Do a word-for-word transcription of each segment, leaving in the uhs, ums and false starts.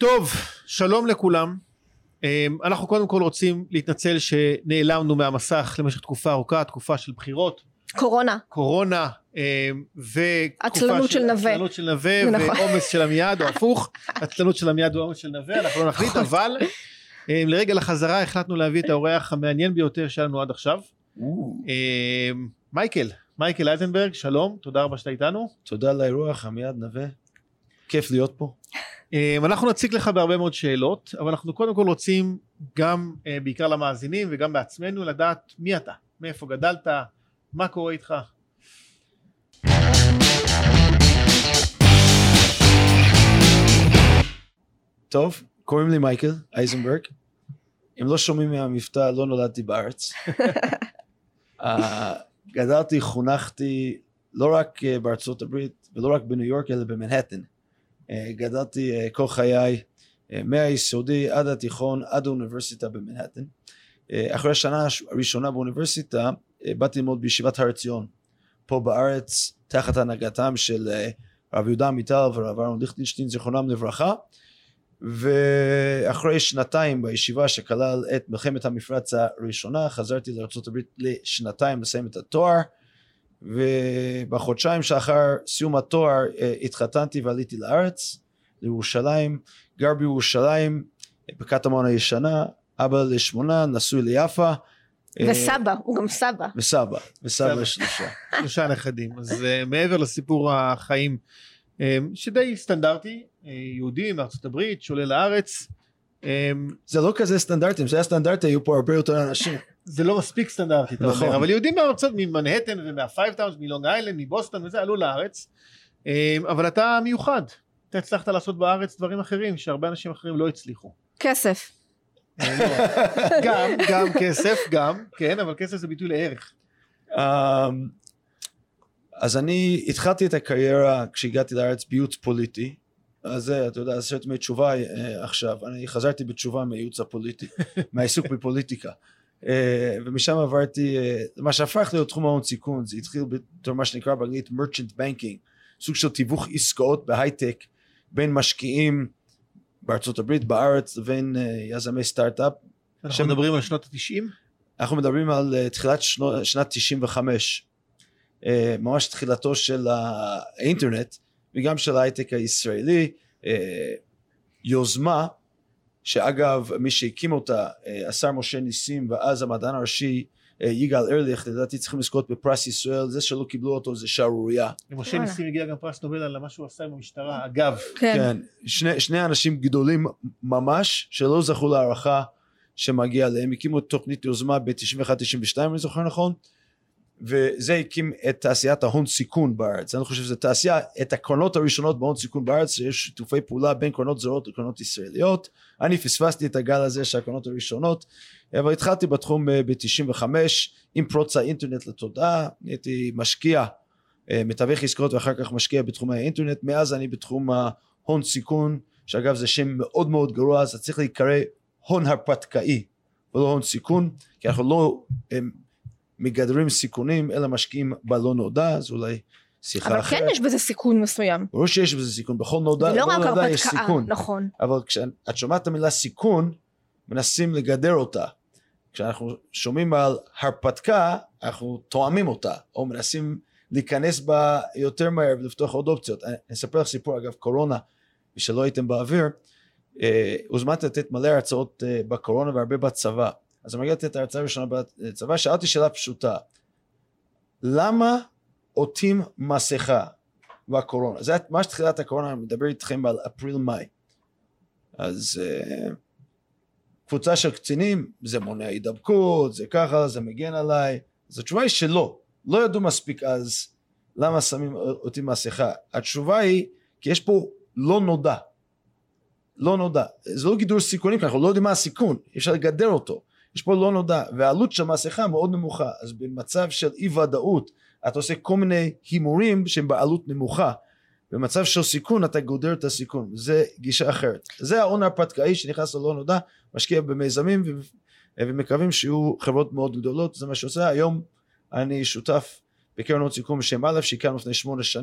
טוב, שלום לכולם. אנחנו קודם כל רוצים להתנצל שנעלמנו מהמסך למשך תקופה ארוכה, תקופה של בחירות. קורונה. קורונה, עצלנות של נווה. עצלנות של נווה ועומס של עמיעד, או הפוך, עצלנות של עמיעד ועומס של נווה, אנחנו לא נחליט, אבל לרגע לחזרה החלטנו להביא את האורח המעניין ביותר שלנו עד עכשיו. מייקל, מייקל אייזנברג, שלום, תודה רבה שאתה איתנו. תודה על האירוח, עמיעד, נווה. כיף להיות פה. אנחנו נציג לך בהרבה מאוד שאלות, אבל אנחנו קודם כל רוצים גם בעיקר למאזינים וגם בעצמנו לדעת מי אתה, מאיפה גדלת, מה קורה איתך. טוב, קוראים לי מייקל אייזנברג. אם לא שומעים מהמבטא, לא נולדתי בארץ. גדלתי, חונכתי לא רק בארצות הברית ולא רק בניו יורק, אלא במנהטן. גדלתי כל חיי, מהיסודי עד התיכון, עד האוניברסיטה במנהטן. אחרי השנה הראשונה באוניברסיטה, באתי ללמוד בישיבת הר ציון, פה בארץ, תחת הנהגתם של רב יהודה עמיטל ורב אהרון ליכטנשטיין, זיכרונם לברכה. ואחרי שנתיים בישיבה שכלל את מלחמת המפרץ הראשונה, חזרתי לארצות הברית לשנתיים לסיים את התואר, ובחודשיים שאחר סיום התואר התחתנתי ועליתי לארץ, לירושלים, גר בירושלים, בקטמון הישנה, אבא לשמונה, נשוי ליפה. וסבא, הוא גם סבא. וסבא, וסבא לשלושה. שלושה נכדים, אז מעבר לסיפור החיים, שדי סטנדרטי, יהודי מארצות הברית, שעולה לארץ. זה לא כזה סטנדרטים, זה היה סטנדרטי, היו פה הרבה יותר אנשים. זה לא מספיק סטנדרטי, נכון. אבל יהודים מארצות, ממנהטן ומהפייב טאונס, מלונג איילנד, מבוסטון וזה, עלו לארץ. אבל אתה מיוחד, אתה הצלחת לעשות בארץ דברים אחרים, שהרבה אנשים אחרים לא הצליחו. כסף. גם, גם כסף, גם, כן, אבל כסף זה ביטוי לערך. אז אני התחלתי את הקריירה כשהגעתי לארץ בייעוץ פוליטי, אז זה, אתה יודע, עשיתי מתשובה עכשיו, אני חזרתי בתשובה מהייעוץ הפוליטי, מהעיסוק בפוליטיקה, ומשם עברתי, מה שהפך להיות תחום ההון סיכון, זה התחיל בתור מה שנקרא באנגלית merchant banking, סוג של תיווך עסקאות בהייטק, בין משקיעים בארצות הברית, בארץ, לבין יזמי סטארט-אפ. אנחנו מדברים על שנות ה-תשעים? אנחנו מדברים על תחילת שנת תשעים וחמש, ממש תחילתו של האינטרנט, וגם של ההייטק הישראלי, יוזמה, שאגב מי שהקים אותה, השר משה ניסים, ואז המדען הראשי יגאל ארליך, לדעתי צריכים לזכות בפרס ישראל, זה שלא קיבלו אותו זה שערוריה. למשה ניסים הגיע גם פרס נובל על מה שהוא עשה עם המשטרה, אגב. כן, שני, שני אנשים גדולים ממש, שלא זכו להערכה שמגיע להם, הקימו את תוכנית יוזמה ב-תשעים ואחת תשעים ושתיים, אני זוכר נכון, וזה הקים את תעשיית ההון סיכון בארץ. אני חושב שזה תעשייה, את הקרנות הראשונות בהון סיכון בארץ, יש שיתופי פעולה בין קרנות זרות לקרנות ישראליות. אני פספסתי את הגל הזה של הקרנות הראשונות, אבל התחלתי בתחום ב-תשעים וחמש, עם פרוץ האינטרנט לתודעה, הייתי משקיע, מתווך עסקאות ואחר כך משקיע בתחום האינטרנט, מאז אני בתחום ההון סיכון, שאגב זה שם מאוד מאוד גרוע, אז צריך להיקרא הון הרפתקאי, ולא הון סיכון, כי אנחנו לא מגדרים סיכונים, אלא משקיעים בלא נודע, אז אולי שיחה אבל אחרת. אבל כן יש בזה סיכון מסוים. ברור שיש בזה סיכון, בכל נודע, ולא רק נודע יש הרפתקה, סיכון. נכון. אבל כשאת שומעת את המילה סיכון, מנסים לגדר אותה. כשאנחנו שומעים על הרפתקה, אנחנו תואמים אותה, או מנסים להיכנס בה יותר מהר ולפתוח עוד אופציות. אני אספר לך סיפור, אגב, קורונה, ושלא הייתם באוויר, אה, הוזמנתי לתת מלא הרצאות אה, בקורונה והרבה בצבא. אז אני הגעתי את ההרצאה הראשונה בצבא, שאלתי שאלה פשוטה, למה עוטים מסכה בקורונה? זה ממש תחילת הקורונה, אני מדבר איתכם על אפריל-מאי. אז uh, קבוצה של קצינים, זה מונע הידבקות, זה ככה, זה מגן עליי. אז התשובה היא שלא, לא ידעו מספיק אז למה שמים עוטים מסכה. התשובה היא, כי יש פה לא נודע. לא נודע. זה לא גידור סיכונים, כי אנחנו לא יודעים מה הסיכון, אפשר לגדר אותו. יש פה לא נודע, והעלות של מסכה מאוד נמוכה, אז במצב של אי ודאות, אתה עושה כל מיני הימורים שהם בעלות נמוכה, במצב של סיכון אתה גודר את הסיכון, זה גישה אחרת. זה ההון הרפתקאי שנכנס ללא נודע, משקיע במיזמים, ומקווים שיהיו חברות מאוד גדולות, זה מה שעושה. היום אני שותף בקרן הון סיכון בשם א', שהקמנו לפני שמונה שנים,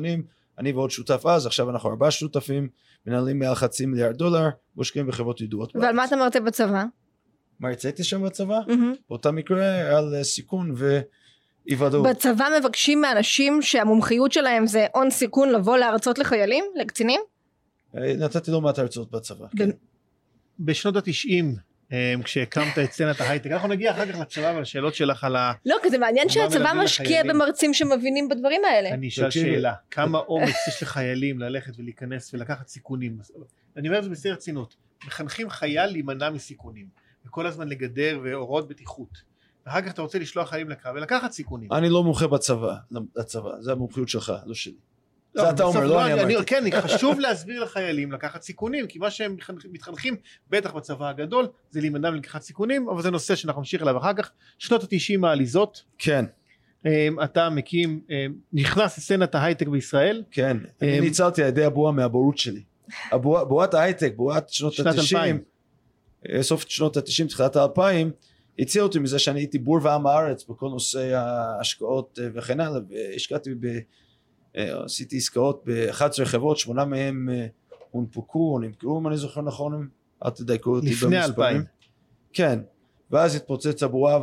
אני ועוד שותף אז, עכשיו אנחנו ארבעה שותפים, מנהלים מעל חצי מיליארד דולר, מושקעים בחברות ידועות. ועל מה אתה מרצה בצבא? מה הרציתי שם בצבא? Mm-hmm. באותה מקרה על סיכון ואי ודאות. בצבא מבקשים מאנשים שהמומחיות שלהם זה הון סיכון לבוא להרצות לחיילים, לקצינים? נתתי לא מעט הרצאות בצבא. ב- כן. בשנות התשעים, כשהקמת את סצנת ההייטק, אנחנו נגיע אחר כך לצבא ולשאלות שלך על ה... לא, כי זה מעניין מה שהצבא מלמדים משקיע לחיילים? במרצים שמבינים בדברים האלה. אני אשאל תקשיבי. שאלה, כמה אומץ יש לחיילים ללכת ולהיכנס ולקחת סיכונים? אני אומר את זה בשיא הרצינות, מחנכים חייל להימנע מסיכונים, וכל הזמן לגדר והוראות בטיחות, ואחר כך אתה רוצה לשלוח חיילים לקרב ולקחת סיכונים. אני לא מומחה בצבא, לצבא, זה המומחיות שלך, לא שלי. לא, זה אתה בסוף אומר, לא אני אמרתי. כן, חשוב להסביר לחיילים לקחת סיכונים, כי מה שהם מתחנכים, בטח בצבא הגדול, זה להימנע מלקחת סיכונים, אבל זה נושא שאנחנו נמשיך אליו אחר כך. שנות התשעים העליזות, כן, אתה מקים, נכנס לסצנת ההייטק בישראל. כן. אני ניצלתי על ידי הבועה מהבורות שלי. הבועה- בועת ההייטק, בועת שנות שנת התשעים, אלפיים. סוף שנות התשעים, תחילת האלפיים, הציע אותי מזה שאני הייתי בור ועם הארץ בכל נושא ההשקעות וכן הלאה, והשקעתי ב... עשיתי עסקאות ב-אחת עשרה חברות, שמונה מהם הונפקו או נמכרו, אם אני זוכר נכון, אל תדייקו אותי במספרים. לפני אלפיים. כן, ואז התפוצץ הבועה,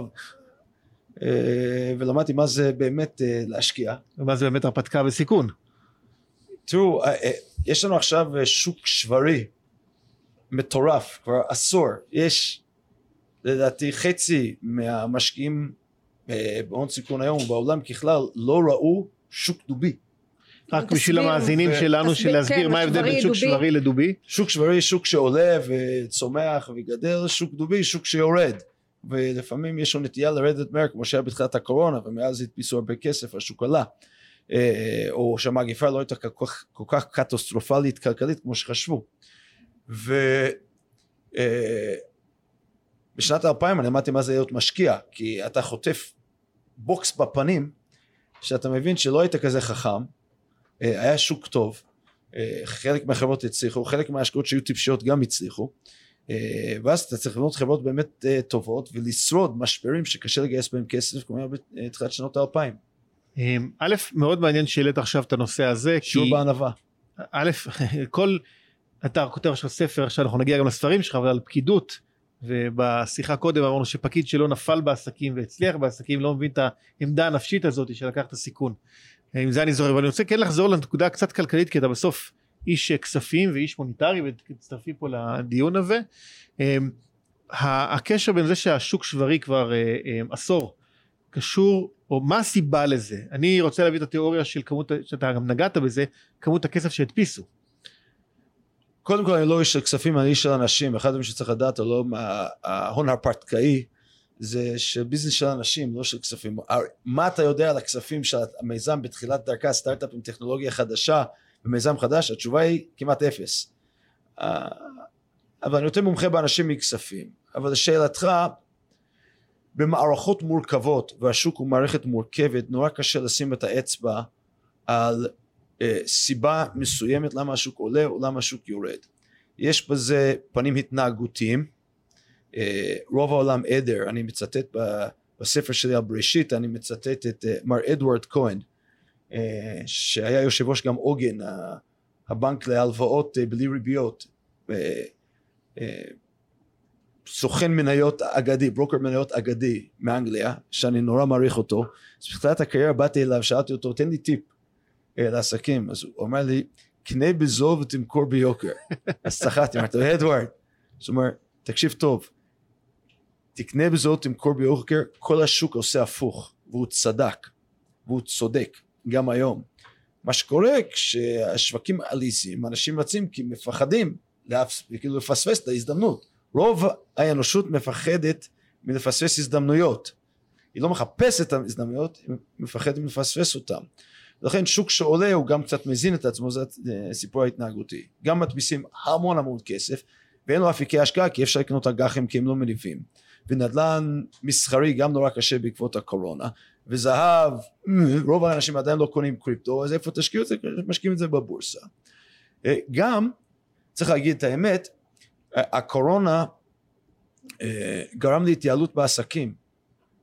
ולמדתי מה זה באמת להשקיע. ומה זה באמת הרפתקה בסיכון. תראו, יש לנו עכשיו שוק שברי מטורף, כבר עשור. יש לדעתי חצי מהמשקיעים בהון סיכון היום בעולם ככלל לא ראו שוק דובי. רק בשביל המאזינים שלנו, של להסביר מה ההבדל בין שוק שברי לדובי. שוק שברי, שוק שעולה וצומח וגדל, שוק דובי, שוק שיורד. ולפעמים יש לו נטייה לרדת מהר, כמו שהיה בתחילת הקורונה, ומאז הדפיסו הרבה כסף, השוק עלה. או שהמגיפה לא הייתה כל כך, כל כך קטסטרופלית כלכלית כמו שחשבו. ובשנת אלפיים אני למדתי מה זה להיות משקיע, כי אתה חוטף בוקס בפנים, שאתה מבין שלא היית כזה חכם, היה שוק טוב, חלק מהחברות הצליחו, חלק מההשקעות שהיו טיפשיות גם הצליחו, ואז אתה צריך לבנות חברות באמת טובות, ולשרוד משברים שקשה לגייס בהם כסף, כמו היה בתחילת שנות האלפיים. א', מאוד מעניין שהעלית עכשיו את הנושא הזה, שיעור בענווה. א', כל, אתה כותב עכשיו ספר, עכשיו אנחנו נגיע גם לספרים שלך, אבל על פקידות, ובשיחה קודם אמרנו שפקיד שלא נפל בעסקים והצליח בעסקים, לא מבין את העמדה הנפשית הזאת של לקחת את הסיכון. עם זה אני זוכר, אבל אני רוצה כן לחזור לנקודה קצת כלכלית, כי אתה בסוף איש כספים ואיש מוניטרי, ותצטרפי פה לדיון הזה. הקשר בין זה שהשוק שברי כבר עשור, קשור, או מה הסיבה לזה? אני רוצה להביא את התיאוריה של כמות, שאתה גם נגעת בזה, כמות הכסף שהדפיסו. קודם כל אני לא איש של כספים, אני איש של אנשים. אחד הדברים שצריך לדעת, לא, ההון הרפתקאי, זה שביזנס של אנשים, לא של כספים. מה אתה יודע על הכספים של המיזם בתחילת דרכה, סטארט-אפ עם טכנולוגיה חדשה, במיזם חדש? התשובה היא כמעט אפס. אבל אני יותר מומחה באנשים מכספים. אבל לשאלתך, במערכות מורכבות, והשוק הוא מערכת מורכבת, נורא קשה לשים את האצבע על אה, סיבה מסוימת למה השוק עולה או למה השוק יורד. יש בזה פנים התנהגותיים, אה, רוב העולם עדר, אני מצטט ב, בספר שלי על בראשית, אני מצטט את אה, מר אדוארד כהן, אה, שהיה יושב ראש גם עוגן, הבנק להלוואות אה, בלי ריביות, אה, אה, סוכן מניות אגדי, ברוקר מניות אגדי מאנגליה, שאני נורא מעריך אותו. אז בתחילת הקריירה באתי אליו, שאלתי אותו, תן לי טיפ אה, לעסקים. אז הוא אומר לי, קנה בזול ותמכור ביוקר. אז צחקתי, אמרתי לו, אדוארד, זאת אומרת, תקשיב טוב, תקנה בזול ותמכור ביוקר, כל השוק עושה הפוך, והוא צדק, והוא צודק, גם היום. מה שקורה כשהשווקים עליזים, אנשים רצים כי מפחדים, כאילו לפספס את ההזדמנות. רוב האנושות מפחדת מלפספס הזדמנויות, היא לא מחפשת את ההזדמנויות, היא מפחדת מלפספס אותם. לכן שוק שעולה הוא גם קצת מזין את עצמו, זה סיפור ההתנהגותי. גם מדפיסים המון המון כסף, ואין לו אפיקי השקעה, כי אפשר לקנות אג"חים כי הם לא מניבים. ונדל"ן מסחרי גם נורא קשה בעקבות הקורונה, וזהב, רוב האנשים עדיין לא קונים קריפטו, אז איפה תשקיעו את זה? משקיעים את זה בבורסה. גם, צריך להגיד את האמת, הקורונה גרם להתייעלות בעסקים.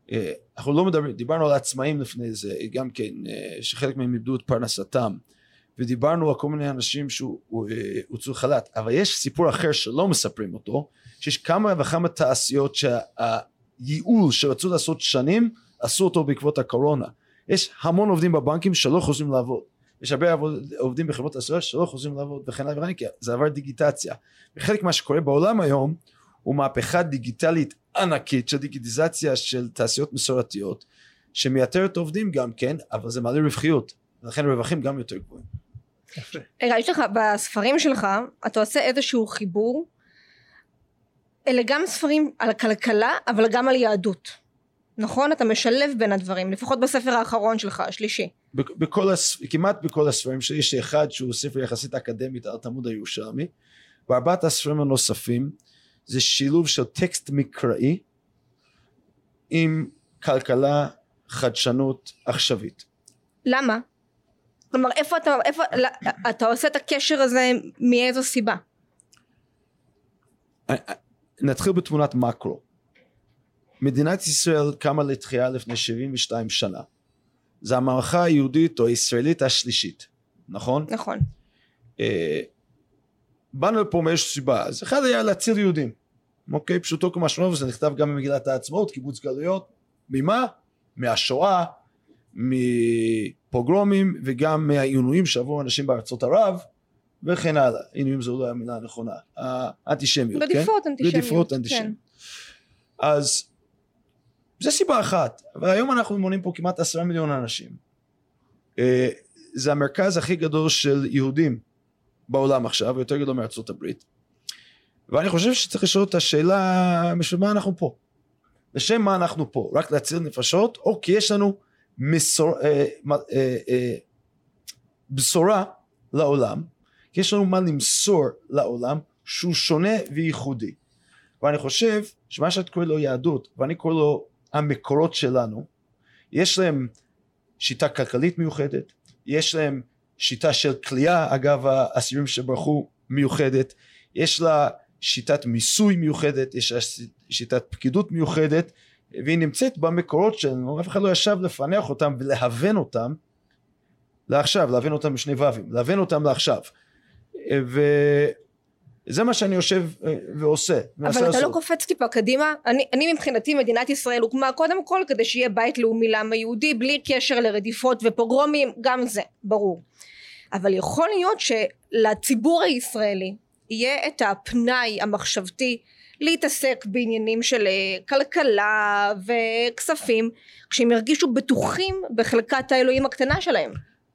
אנחנו לא מדברים, דיברנו על עצמאים לפני זה, גם כן, שחלק מהם איבדו את פרנסתם. ודיברנו על כל מיני אנשים שהוצאו חל"ת, אבל יש סיפור אחר שלא מספרים אותו, שיש כמה וכמה תעשיות שהייעול שרצו לעשות שנים, עשו אותו בעקבות הקורונה. יש המון עובדים בבנקים שלא חוזרים לעבוד, יש הרבה עובדים בחברות עשרה שלא חוזרים לעבוד וכן הלאה, כי זה עבר דיגיטציה, וחלק מה שקורה בעולם היום הוא מהפכה דיגיטלית ענקית של דיגיטיזציה של תעשיות מסורתיות, שמייתרת עובדים גם כן, אבל זה מעלה רווחיות, ולכן רווחים גם יותר גבוהים. רגע, יש לך בספרים שלך, אתה עושה איזשהו חיבור, אלה גם ספרים על הכלכלה, אבל גם על יהדות. נכון? אתה משלב בין הדברים, לפחות בספר האחרון שלך, השלישי. בכל, כמעט בכל הספרים שלי, יש אחד שהוא ספר יחסית אקדמית על תלמוד הירושלמי, וארבעת הספרים הנוספים, זה שילוב של טקסט מקראי, עם כלכלה, חדשנות, עכשווית. למה? כלומר, איפה אתה, איפה, אתה עושה את הקשר הזה, מאיזו סיבה? נתחיל בתמונת מקרו. מדינת ישראל קמה לתחייה לפני שבעים ושתיים שנה. זה המערכה היהודית או הישראלית השלישית, נכון? נכון. אה, באנו לפה מאיזושהי סיבה, אז אחד היה להציל יהודים, אוקיי? פשוטו כמשמעו, וזה נכתב גם במגילת העצמאות, קיבוץ גלויות, ממה? מהשואה, מפוגרומים, וגם מהעינויים שעברו אנשים בארצות ערב, וכן הלאה. עינויים זו לא המילה הנכונה, האנטישמיות, כן? רדיפות אנטישמיות. רדיפות אנטישמיות. כן. אז זה סיבה אחת, אבל היום אנחנו מונים פה כמעט עשרה מיליון אנשים. זה המרכז הכי גדול של יהודים בעולם עכשיו, יותר גדול מארצות הברית. ואני חושב שצריך לשאול את השאלה, בשביל מה אנחנו פה? לשם מה אנחנו פה? רק להציל נפשות? או כי יש לנו מסור, אה, אה, אה, בשורה לעולם, כי יש לנו מה למסור לעולם, שהוא שונה וייחודי. ואני חושב שמה שאת קורא לו יהדות, ואני קורא לו המקורות שלנו, יש להם שיטה כלכלית מיוחדת, יש להם שיטה של כלייה, אגב האסירים שברחו מיוחדת, יש לה שיטת מיסוי מיוחדת, יש לה שיטת פקידות מיוחדת, והיא נמצאת במקורות שלנו, אף אחד לא ישב לפענח אותם ולהבן אותם לעכשיו, להבן אותם בשני ובים, להבן אותם לעכשיו. ו... זה מה שאני יושב ועושה. אבל אתה לעשות. לא קופץ טיפה קדימה? אני, אני מבחינתי מדינת ישראל הוקמה קודם כל כדי שיהיה בית לאומי לעם היהודי, בלי קשר לרדיפות ופוגרומים, גם זה, ברור. אבל יכול להיות שלציבור הישראלי יהיה את הפנאי המחשבתי להתעסק בעניינים של כלכלה וכספים, כשהם ירגישו בטוחים בחלקת האלוהים הקטנה שלהם.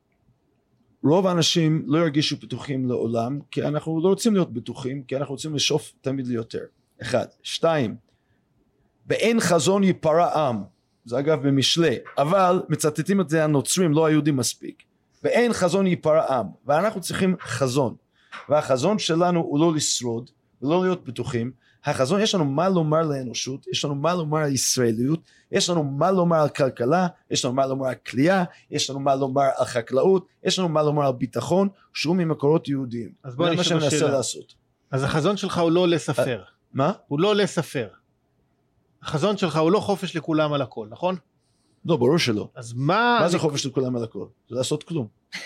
רוב האנשים לא ירגישו בטוחים לעולם, כי אנחנו לא רוצים להיות בטוחים, כי אנחנו רוצים לשאוף תמיד ליותר. אחד. שתיים, באין חזון ייפרע עם, זה אגב במשלי, אבל מצטטים את זה הנוצרים, לא היהודים מספיק. באין חזון ייפרע עם, ואנחנו צריכים חזון, והחזון שלנו הוא לא לשרוד, ולא להיות בטוחים. החזון, יש לנו מה לומר לאנושות, יש לנו מה לומר על ישראליות, יש לנו מה לומר על כלכלה, יש לנו מה לומר על כלייה, יש לנו מה לומר על חקלאות, יש לנו מה לומר על ביטחון, שהוא ממקורות יהודיים. אז בוא נשאל את השאלה. אז החזון שלך הוא לא לספר. מה? הוא לא לספר. החזון שלך הוא לא חופש לכולם על הכל, נכון? לא, ברור שלא. אז מה... מה זה חופש לכולם על הכל? זה לעשות כלום.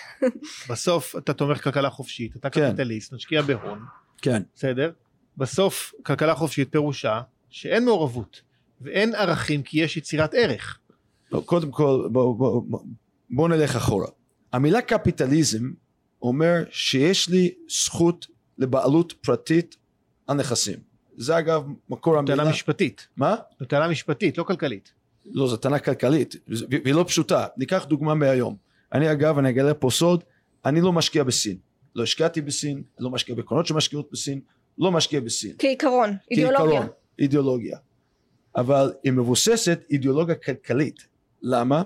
בסוף אתה תומך כלכלה חופשית, אתה קפיטליסט, נשקיע בהון. כן. בסדר? בסוף כלכלה חופשית פירושה שאין מעורבות ואין ערכים, כי יש יצירת ערך. לא, קודם כל בוא, בוא, בוא, בוא נלך אחורה. המילה קפיטליזם אומר שיש לי זכות לבעלות פרטית על נכסים. זה אגב מקור המילה. טענה משפטית. מה? זו טענה משפטית, לא כלכלית. לא, זו טענה כלכלית, והיא לא פשוטה. ניקח דוגמה מהיום. אני אגב, אני אגלה פה סוד, אני לא משקיע בסין. לא השקעתי בסין, לא משקיע בקרנות שמשקיעות בסין, לא משקיע בסין. כעיקרון, אידיאולוגיה. כעיקרון, אידיאולוגיה. אבל היא מבוססת אידיאולוגיה כלכלית. למה?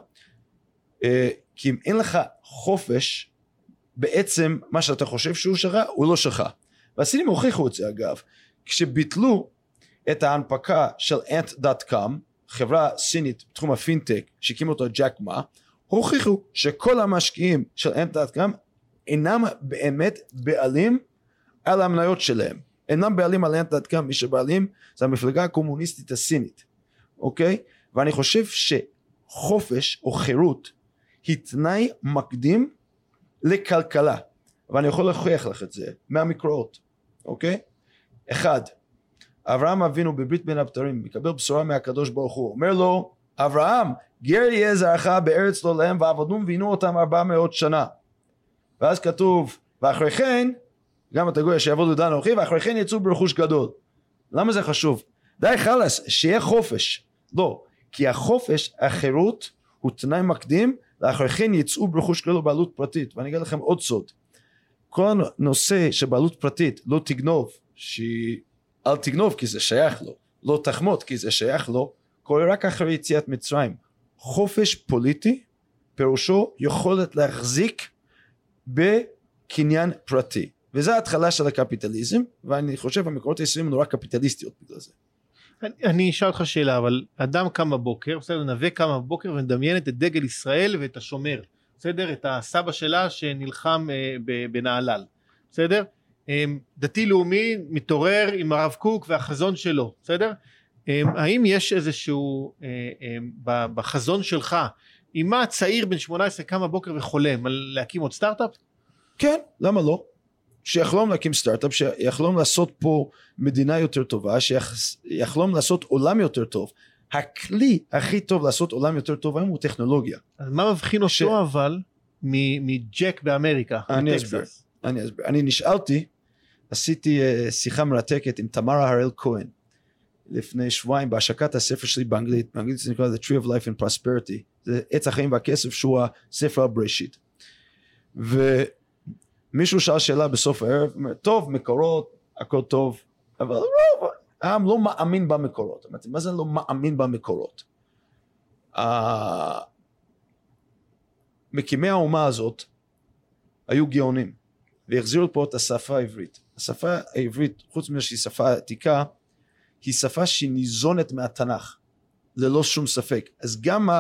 כי אם אין לך חופש, בעצם מה שאתה חושב שהוא שלך, הוא לא שלך. והסינים הוכיחו את זה אגב. כשביטלו את ההנפקה של אנט דוט קום, חברה סינית בתחום הפינטק, שהקימו אותו ג'ק מה, הוכיחו שכל המשקיעים של אנט דוט קום, אינם באמת בעלים על המניות שלהם. אינם בעלים על אנט דוט קום, מי שבעלים זה המפלגה הקומוניסטית הסינית. אוקיי? ואני חושב שחופש או חירות היא תנאי מקדים לכלכלה, ואני יכול להוכיח לך את זה מהמקורות, אוקיי? אחד, אברהם אבינו בברית בין הבתרים מקבל בשורה מהקדוש ברוך הוא, אומר לו אברהם גר יהיה זרעך בארץ לא להם ועבדום ועינו אותם ארבע מאות שנה, ואז כתוב ואחרי כן גם את הגוי שיעבוד לדן אוכי ואחרי כן יצאו ברכוש גדול. למה זה חשוב? די חלס שיהיה חופש, לא, כי החופש החירות הוא תנאי מקדים לאחרי כן יצאו ברכוש גדול בעלות פרטית. ואני אגיד לכם עוד סוד, כל הנושא שבעלות פרטית לא תגנוב, שהיא אל תגנוב כי זה שייך לו, לא תחמוד כי זה שייך לו, קורה רק אחרי יציאת מצרים. חופש פוליטי פירושו יכולת להחזיק בקניין פרטי, וזה ההתחלה של הקפיטליזם, ואני חושב המקורות הישראלים נורא קפיטליסטיות בגלל זה. אני, אני אשאל אותך שאלה, אבל אדם קם בבוקר, בסדר, נווה קם בבוקר ומדמיינת את דגל ישראל ואת השומר, בסדר, את הסבא שלה שנלחם אה, בנהלל, בסדר, אה, דתי לאומי מתעורר עם הרב קוק והחזון שלו, בסדר, אה, האם יש איזשהו אה, אה, בחזון שלך, עם מה צעיר בן שמונה עשרה קם בבוקר וחולם על להקים עוד סטארט-אפ? כן, למה לא? שיחלום להקים סטארט-אפ, שיחלום לעשות פה מדינה יותר טובה, שיחלום לעשות עולם יותר טוב. הכלי הכי טוב לעשות עולם יותר טוב היום הוא טכנולוגיה. אז מה מבחין אותו ש... אבל מג'ק באמריקה? אני אסביר, אני אסביר. אני נשאלתי, עשיתי uh, שיחה מרתקת עם תמרה הראל כהן, לפני שבועיים בהשקת הספר שלי באנגלית, באנגלית זה נקרא The Tree of Life and Prosperity, זה עץ החיים והכסף שהוא הספר הבראשית. ו... מישהו שאל שאלה בסוף הערב, אומר, טוב, מקורות, הכל טוב, אבל רוב, העם לא מאמין במקורות. מה זה לא מאמין במקורות? מקימי האומה הזאת היו גאונים, והחזירו פה את השפה העברית. השפה העברית, חוץ מזה שהיא שפה עתיקה, היא שפה שהיא ניזונת מהתנ"ך, ללא שום ספק. אז גם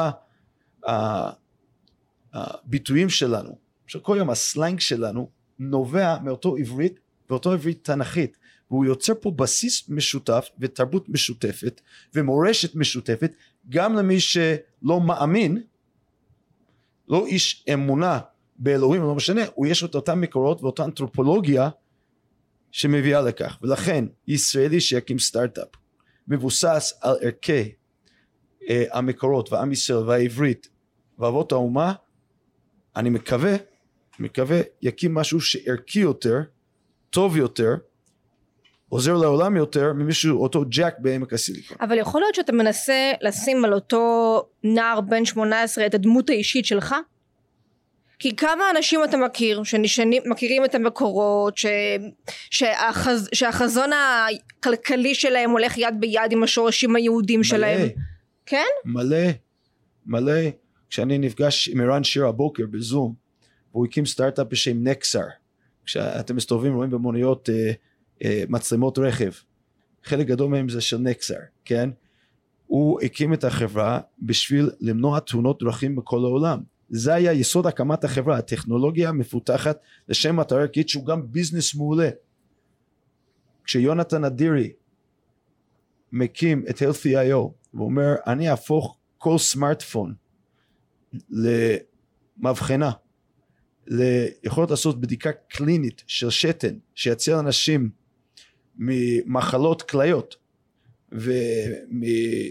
הביטויים שלנו, שכל יום הסלנג שלנו, נובע מאותו עברית ואותו עברית תנכית, והוא יוצר פה בסיס משותף ותרבות משותפת ומורשת משותפת גם למי שלא מאמין, לא איש אמונה באלוהים, לא משנה, הוא יש את אותם מקורות ואותה אנתרופולוגיה שמביאה לכך. ולכן ישראלי שיקים סטארט-אפ מבוסס על ערכי אה, המקורות והעם ישראל והעברית ואבות האומה, אני מקווה מקווה יקים משהו שערכי יותר, טוב יותר, עוזר לעולם יותר ממישהו, אותו ג'ק בעמק הסיליקון. אבל יכול להיות שאתה מנסה לשים על אותו נער בן שמונה עשרה את הדמות האישית שלך? כי כמה אנשים אתה מכיר שמכירים את המקורות, ש... שהחז... שהחזון הכלכלי שלהם הולך יד ביד עם השורשים היהודים מלא, שלהם? כן? מלא, מלא. כשאני נפגש עם ערן שיר הבוקר בזום, והוא הקים סטארט-אפ בשם נקסר, כשאתם מסתובבים רואים במוניות אה, אה, מצלמות רכב, חלק גדול מהם זה של נקסר, כן? הוא הקים את החברה בשביל למנוע תאונות דרכים בכל העולם. זה היה יסוד הקמת החברה, הטכנולוגיה המפותחת לשם מטרה ערכית שהוא גם ביזנס מעולה. כשיונתן אדירי מקים את Healthy איי או ואומר אני אהפוך כל סמארטפון למבחנה, ליכולת לעשות בדיקה קלינית של שתן שיציל אנשים ממחלות כליות ומ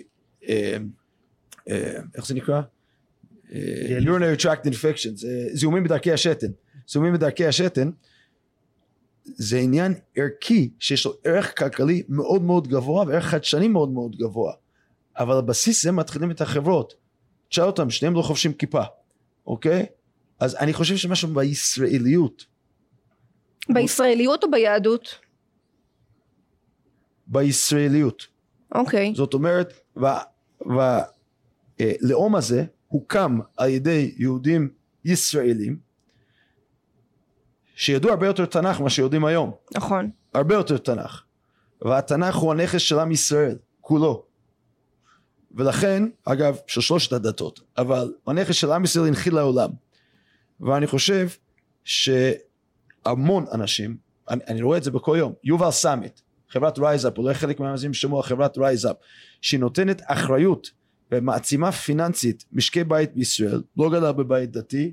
איך זה נקרא? urinary tract infections, זיהומים בדרכי השתן. זיהומים בדרכי השתן זה עניין ערכי שיש לו ערך כלכלי מאוד מאוד גבוה וערך חדשני מאוד מאוד גבוה, אבל על בסיס זה מתחילים את החברות. תשאל אותם, שניהם לא חובשים כיפה, אוקיי? אז אני חושב שמשהו בישראליות. בישראליות או ביהדות? בישראליות. אוקיי. זאת אומרת, והלאום הזה הוקם על ידי יהודים ישראלים, שידעו הרבה יותר תנ"ך מה שיודעים היום. נכון. הרבה יותר תנ"ך. והתנ"ך הוא הנכס של עם ישראל, כולו. ולכן, אגב, של שלושת הדתות, אבל הנכס של עם ישראל הנחיל לעולם. ואני חושב שהמון אנשים, אני, אני רואה את זה בכל יום, יובל סמית, חברת רייזאפ, אולי חלק מהמאזינים שמעו חברת רייזאפ, שהיא נותנת אחריות ומעצימה פיננסית משקי בית בישראל, לא גדל בבית דתי,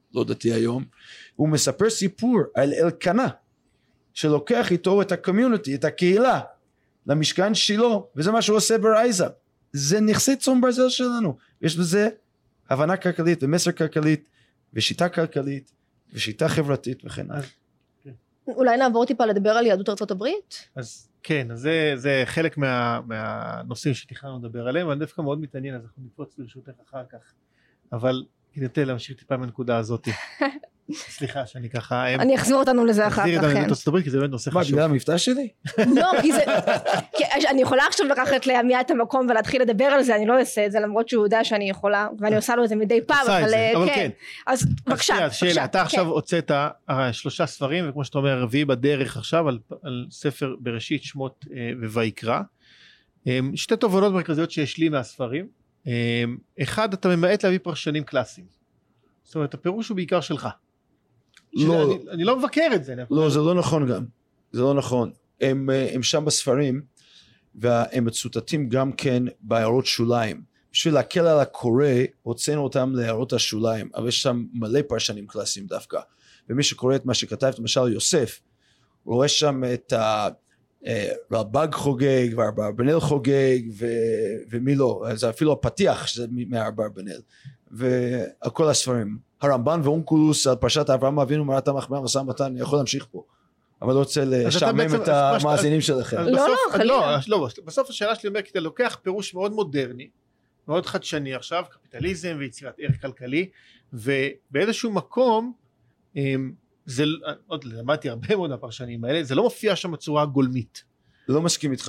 לא דתי היום, הוא מספר סיפור על אלקנה, שלוקח איתו את הקומיוניטי, את הקהילה, למשכן שלו, וזה מה שהוא עושה ברייזה. זה נכסי צאן ברזל שלנו, יש בזה הבנה כלכלית ומסר כלכלית, ושיטה כלכלית, ושיטה חברתית וכן הלאה. אולי נעבור טיפה לדבר על יהדות ארצות הברית? אז כן, אז זה, זה חלק מה, מהנושאים שתכננו לדבר עליהם, ואני דווקא מאוד מתעניין, אז אנחנו נקפוץ ברשותך אחר כך, אבל כדי להמשיך טיפה מהנקודה הזאת. סליחה שאני ככה... אני אחזור אותנו לזה אחר כך, אחזיר את יהדות ארצות הברית, כי זה באמת נושא חשוב. מה, בגלל המבטא שלי? לא, כי זה... אני יכולה עכשיו לקחת לעמייה את המקום ולהתחיל לדבר על זה, אני לא אעשה את זה, למרות שהוא יודע שאני יכולה, ואני עושה לו את זה מדי פעם, אבל כן. אז בבקשה. שאלה, אתה עכשיו הוצאת שלושה ספרים, וכמו שאתה אומר, רביעי בדרך עכשיו, על ספר בראשית, שמות וויקרא. שתי תובנות מרכזיות שיש לי מהספרים. אחד, אתה ממעט להביא פרשנים קלאסיים. זאת אומרת, הפירוש הוא בעיקר שלך. לא, אני, אני לא מבקר את זה. לא, זה לא נכון גם. זה לא נכון. הם, הם שם בספרים, והם מצוטטים גם כן בהערות שוליים. בשביל להקל על הקורא, הוצאנו אותם להערות השוליים, אבל יש שם מלא פרשנים קלאסיים דווקא. ומי שקורא את מה שכתב, למשל יוסף, הוא רואה שם את הרלב"ג חוגג, והאברבנאל חוגג, ו, ומי לא. זה אפילו הפתיח שזה מהאברבנאל. ועל כל הספרים. הרמב"ן ואונקולוס על פרשת אברהם אבינו מערת המחמר משא ומתן, אני יכול להמשיך פה. אבל לא רוצה לשעמם את המאזינים שלכם. לא, לא, חלילה. לא, בסוף השאלה שלי אומר, כי אתה לוקח פירוש מאוד מודרני, מאוד חדשני עכשיו, קפיטליזם ויצירת ערך כלכלי, ובאיזשהו מקום, זה, עוד למדתי הרבה מאוד הפרשנים האלה, זה לא מופיע שם בצורה גולמית. לא מסכים איתך.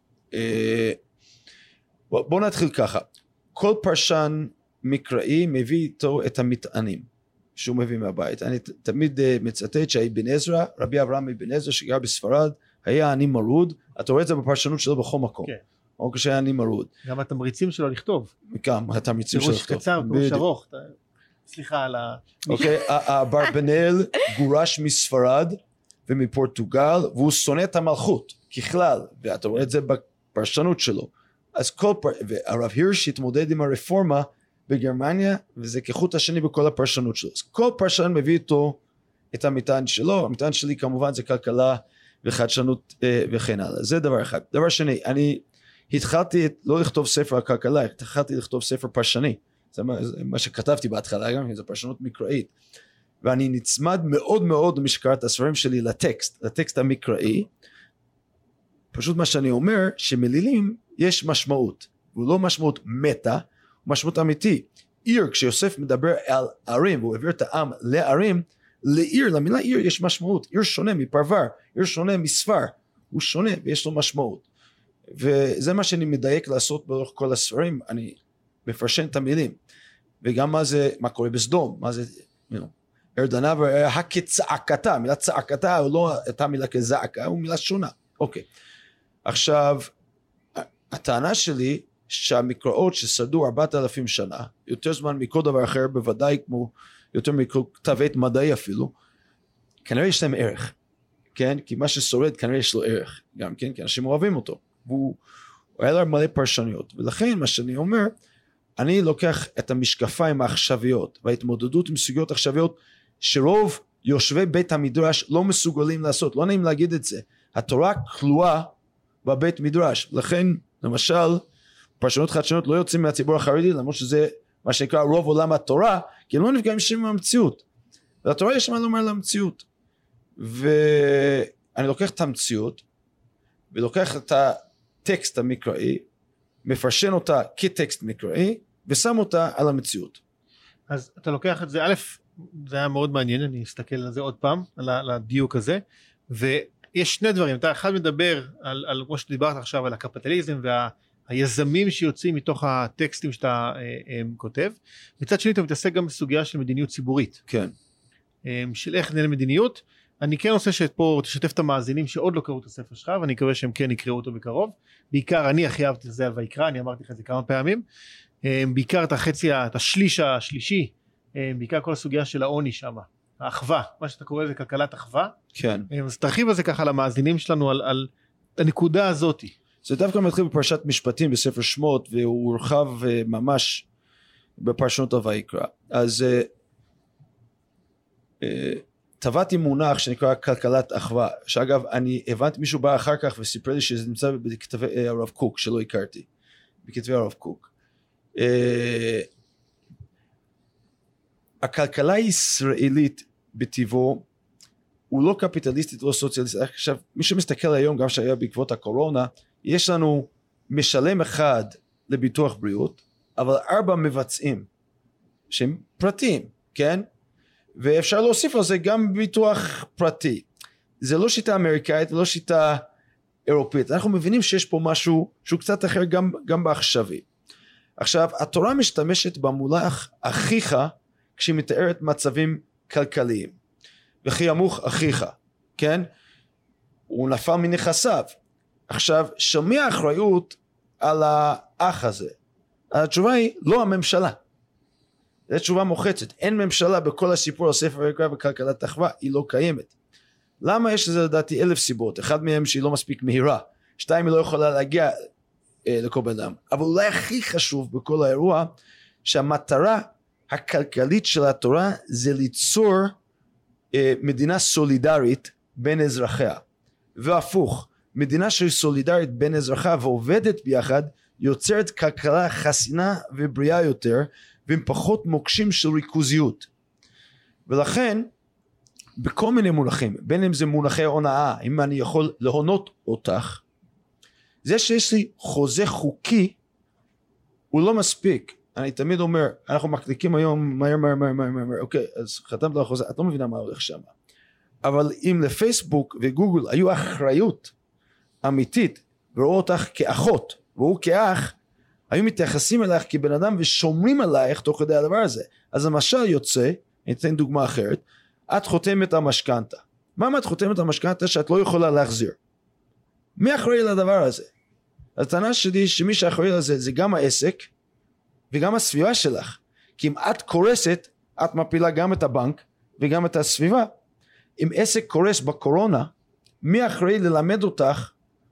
בוא נתחיל ככה. כל פרשן מקראי מביא איתו את המטענים שהוא מביא מהבית. אני תמיד מצטט שאבן עזרא, רבי אברהם אבן עזרא שגר בספרד, היה עני מרוד, אתה רואה את זה בפרשנות שלו בכל מקום. כן. או כשהיה עני מרוד. גם התמריצים שלו לכתוב. גם התמריצים שלו לכתוב. פירוש קצר, פירוש ארוך. סליחה על ה... אוקיי, האברבנאל גורש מספרד ומפורטוגל, והוא שונא את המלכות ככלל, ואתה רואה את זה בפרשנות שלו. אז כל פר... והרב הירש התמודד עם הרפורמה בגרמניה, וזה כחוט השני בכל הפרשנות שלו. אז כל פרשן מביא איתו את המטען שלו. המטען שלי כמובן זה כלכלה וחדשנות אה, וכן הלאה. זה דבר אחד. דבר שני, אני התחלתי לא לכתוב ספר על כלכלה, התחלתי לכתוב ספר פרשני. זה מה, זה מה שכתבתי בהתחלה, גם זה פרשנות מקראית. ואני נצמד מאוד מאוד למי שקרא את הספרים שלי לטקסט, לטקסט המקראי. פשוט מה שאני אומר, שמלילים יש משמעות. הוא לא משמעות מטה, משמעות אמיתי. עיר, כשיוסף מדבר על ערים, והוא העביר את העם לערים, לעיר, למילה עיר יש משמעות. עיר שונה מפרבר, עיר שונה מספר, הוא שונה ויש לו משמעות. וזה מה שאני מדייק לעשות באורך כל הספרים, אני מפרשן את המילים. וגם מה זה, מה קורה בסדום, מה זה, you know, ארדנה והכצעקתה, מילה צעקתה הוא לא הייתה מילה כזעקה, הוא מילה שונה. אוקיי. עכשיו, הטענה שלי, שהמקראות ששרדו ארבעת אלפים שנה, יותר זמן מכל דבר אחר, בוודאי כמו יותר מכל כתב עת מדעי אפילו, כנראה יש להם ערך, כן? כי מה ששורד כנראה יש לו ערך, גם כן, כי אנשים אוהבים אותו, והוא היה לו מלא פרשנויות, ולכן מה שאני אומר, אני לוקח את המשקפיים העכשוויות, וההתמודדות עם סוגיות עכשוויות, שרוב יושבי בית המדרש לא מסוגלים לעשות, לא נעים להגיד את זה, התורה כלואה בבית מדרש, לכן למשל, פרשנות חדשנות לא יוצאים מהציבור החרדי, למרות שזה מה שנקרא רוב עולם התורה, כי הם לא נפגעים שם מהמציאות. והתורה יש מה לומר למציאות. ואני לוקח את המציאות, ולוקח את הטקסט המקראי, מפרשן אותה כטקסט מקראי, ושם אותה על המציאות. אז אתה לוקח את זה, א', זה היה מאוד מעניין, אני אסתכל על זה עוד פעם, על הדיוק הזה, ויש שני דברים, אתה אחד מדבר על, על כמו שדיברת עכשיו, על הקפיטליזם וה... היזמים שיוצאים מתוך הטקסטים שאתה אה, אה, כותב, מצד שני אתה מתעסק גם בסוגיה של מדיניות ציבורית. כן. אה, של איך נהל מדיניות. אני כן רוצה שפה תשתף את המאזינים שעוד לא קראו את הספר שלך, ואני מקווה שהם כן יקראו אותו בקרוב. בעיקר אני הכי אהבתי את זה על ויקרא, אני אמרתי לך את זה כמה פעמים. אה, בעיקר את החצי, את השליש השלישי, אה, בעיקר כל הסוגיה של העוני שם, האחווה, מה שאתה קורא זה כלכלת אחווה. כן. אה, אז תרחיב על זה ככה למאזינים שלנו על, על הנקודה הזאת. זה דווקא מתחיל בפרשת משפטים בספר שמות, והוא הורחב ממש בפרשנות הויקרא. אז טבעתי מונח שנקרא כלכלת אחווה, שאגב אני הבנתי, מישהו בא אחר כך וסיפר לי שזה נמצא בכתבי הרב קוק שלא הכרתי, בכתבי הרב קוק. הכלכלה הישראלית בטבעו הוא לא קפיטליסטית, לא סוציאליסטית. עכשיו מי שמסתכל היום, גם שהיה בעקבות הקורונה, יש לנו משלם אחד לביטוח בריאות, אבל ארבע מבצעים שהם פרטיים, כן? ואפשר להוסיף על זה גם ביטוח פרטי. זה לא שיטה אמריקאית, לא שיטה אירופית. אנחנו מבינים שיש פה משהו שהוא קצת אחר גם, גם בעכשווי. עכשיו, התורה משתמשת במולח אחיך כשהיא מתארת מצבים כלכליים. וכי ימוך אחיך, כן? הוא נפל מנכסיו. עכשיו, של מי האחריות על האח הזה? התשובה היא לא הממשלה. זו תשובה מוחצת. אין ממשלה בכל הסיפור על ספר ויקרא וכלכלת אחווה, היא לא קיימת. למה? יש לזה לדעתי אלף סיבות. אחד מהם שהיא לא מספיק מהירה. שתיים, היא לא יכולה להגיע אה, לכל בן אדם. אבל אולי הכי חשוב בכל האירוע, שהמטרה הכלכלית של התורה זה ליצור אה, מדינה סולידרית בין אזרחיה. והפוך, מדינה שהיא סולידרית בין אזרחיה ועובדת ביחד, יוצרת כלכלה חסינה ובריאה יותר, ועם פחות מוקשים של ריכוזיות. ולכן, בכל מיני מונחים, בין אם זה מונחי הונאה, אם אני יכול להונות אותך, זה שיש לי חוזה חוקי, הוא לא מספיק. אני תמיד אומר, אנחנו מקליקים היום מהר מהר מהר מהר מהר, אוקיי, אז חתמת על חוזה, את לא מבינה מה הולך שם. אבל אם לפייסבוק וגוגל היו אחריות אמיתית, וראו אותך כאחות, והוא כאח, היו מתייחסים אלייך כבן אדם ושומרים עלייך תוך כדי הדבר הזה. אז למשל יוצא, אני אתן דוגמה אחרת, את חותמת המשכנתה. מה את חותמת המשכנתה שאת לא יכולה להחזיר? מי אחראי לדבר הזה? הטענה שלי שמי שאחראי לזה זה גם העסק וגם הסביבה שלך. כי אם את קורסת, את מפילה גם את הבנק וגם את הסביבה. אם עסק קורס בקורונה, מי אחראי ללמד אותך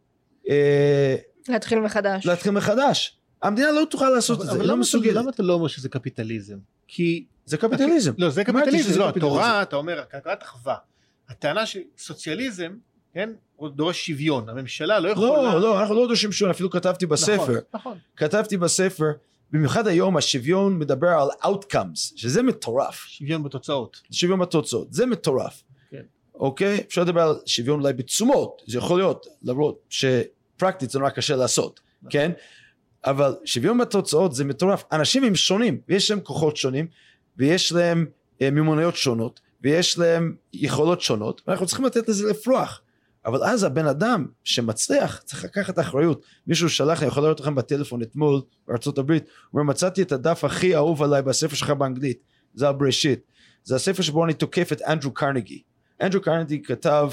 אה, להתחיל מחדש? להתחיל מחדש. המדינה לא תוכל לעשות את זה, היא לא מסוגלת. למה אתה לא אומר שזה קפיטליזם? כי זה קפיטליזם. לא, זה קפיטליזם. לא, התורה, אתה אומר, כלכלת אחווה. הטענה שסוציאליזם, כן, הוא דורש שוויון. הממשלה לא יכולה... לא, לא, אנחנו לא דורשים שוויון, אפילו כתבתי בספר. נכון. כתבתי בספר, במיוחד היום השוויון מדבר על outcomes, שזה מטורף. שוויון בתוצאות. שוויון בתוצאות, זה מטורף. כן. אוקיי? אפשר לדבר על שוויון אולי בתשומות, זה יכול להיות, למרות שפרקטית זה נורא קשה לעשות, כן? אבל שוויון בתוצאות זה מטורף. אנשים הם שונים, ויש להם כוחות שונים, ויש להם אה, מימוניות שונות, ויש להם יכולות שונות, ואנחנו צריכים לתת לזה לפרוח. אבל אז הבן אדם שמצליח צריך לקחת אחריות. מישהו שלח, אני יכול לראות לכם בטלפון אתמול בארצות הברית, הוא אומר, מצאתי את הדף הכי אהוב עליי בספר שלך באנגלית, זה הבראשית. זה הספר שבו אני תוקף את אנדרו קרנגי. אנדרו קרנגי כתב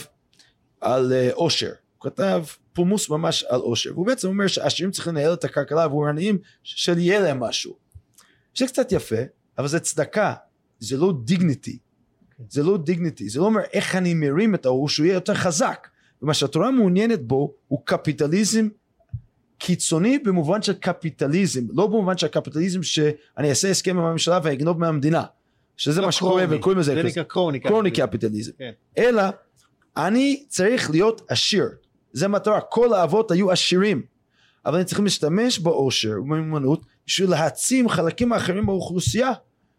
על uh, אושר, הוא כתב פולמוס ממש על אושר, והוא בעצם אומר שהעשירים צריכים לנהל את הכלכלה עבור העניים של יהיה להם משהו. זה קצת יפה, אבל זה צדקה, זה לא דיגניטי, זה לא דיגניטי, זה לא אומר איך אני מרים את ההוא שהוא יהיה יותר חזק, ומה שהתורה מעוניינת בו הוא קפיטליזם קיצוני במובן של קפיטליזם, לא במובן של קפיטליזם שאני אעשה הסכם עם הממשלה ואגנוב מהמדינה, שזה מה שקורה וקוראים לזה, זה נקרא קרוני קרוני קפיטליזם, אלא אני צריך להיות עשיר, זה מטרה, כל האבות היו עשירים, אבל אני צריך להשתמש באושר ובמיומנות בשביל להעצים חלקים האחרים באוכלוסייה,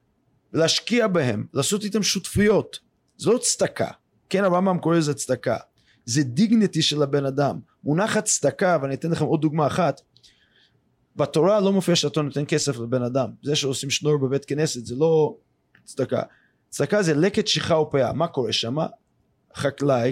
להשקיע בהם, לעשות איתם שותפויות, זה לא צדקה, כן הרמב"ם קורא לזה צדקה, זה דיגניטי של הבן אדם, מונחת צדקה, ואני אתן לכם עוד דוגמה אחת, בתורה לא מופיע שאתה נותן כסף לבן אדם, זה שעושים שנור בבית כנסת זה לא צדקה, צדקה זה לקט שיחה ופאה, מה קורה שם? חקלאי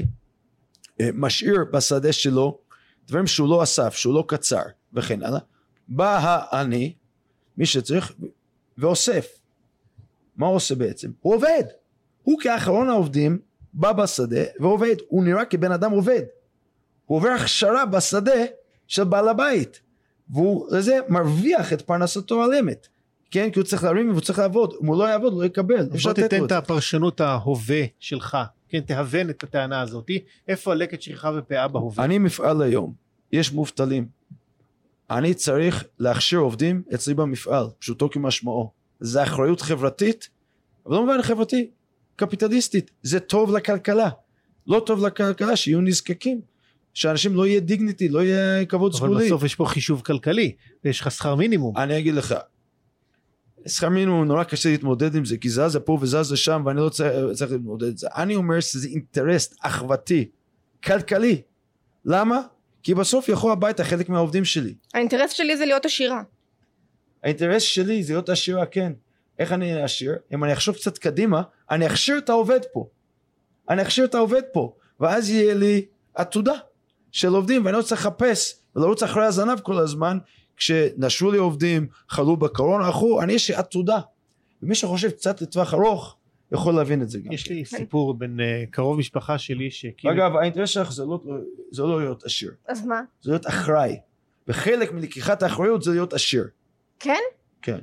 משאיר בשדה שלו דברים שהוא לא אסף, שהוא לא קצר וכן הלאה, בא העני, מי שצריך, ואוסף, מה הוא עושה בעצם? הוא עובד, הוא כאחרון העובדים בא בשדה ועובד, הוא נראה כבן אדם עובד, הוא עובר הכשרה בשדה של בעל הבית, והוא לזה מרוויח את פרנסתו על אמת, כן? כי הוא צריך להרים והוא צריך לעבוד, אם הוא לא יעבוד הוא לא יקבל. בוא תתן את הפרשנות ההווה שלך, כן, תהוון את הטענה הזאת, איפה הלקט שכחה ופאה בהווה? אני מפעל היום, יש מובטלים, אני צריך להכשיר עובדים אצלי במפעל, פשוטו כמשמעו, זה אחריות חברתית, אבל לא מובן חברתי, קפיטליסטית, זה טוב לכלכלה, לא טוב לכלכלה שיהיו נזקקים, שאנשים לא יהיה דיגניטי, לא יהיה כבוד סגולי. אבל בסוף יש פה חישוב כלכלי, ויש לך שכר מינימום. אני אגיד לך, שכר מינימום נורא קשה להתמודד עם זה, כי זזה פה וזזה שם, ואני לא צריך, צריך להתמודד את זה. אני אומר שזה אינטרס אחוותי, כלכלי. למה? כי בסוף יכול הביתה חלק מהעובדים שלי. האינטרס שלי זה להיות עשירה. האינטרס שלי זה להיות עשירה, כן. איך אני אהיה עשיר? אם אני אחשוב קצת קדימה, אני אכשיר את העובד פה. אני אכשיר את העובד פה, ואז יהיה לי עתודה של עובדים, ואני לא צריך לחפש, ולא צריך אחרי הזנב כל הזמן, כשנשרו לי עובדים, חלו בקורונה, אחו, אני יש לי עתודה. ומי שחושב קצת לטווח ארוך, יכול להבין את זה גם. יש לי סיפור בין uh, קרוב משפחה שלי, שכאילו... אגב, האינטרס שלך זה לא, זה לא להיות עשיר. אז מה? זה להיות אחראי. וחלק מלקיחת האחריות זה להיות עשיר. כן? כן.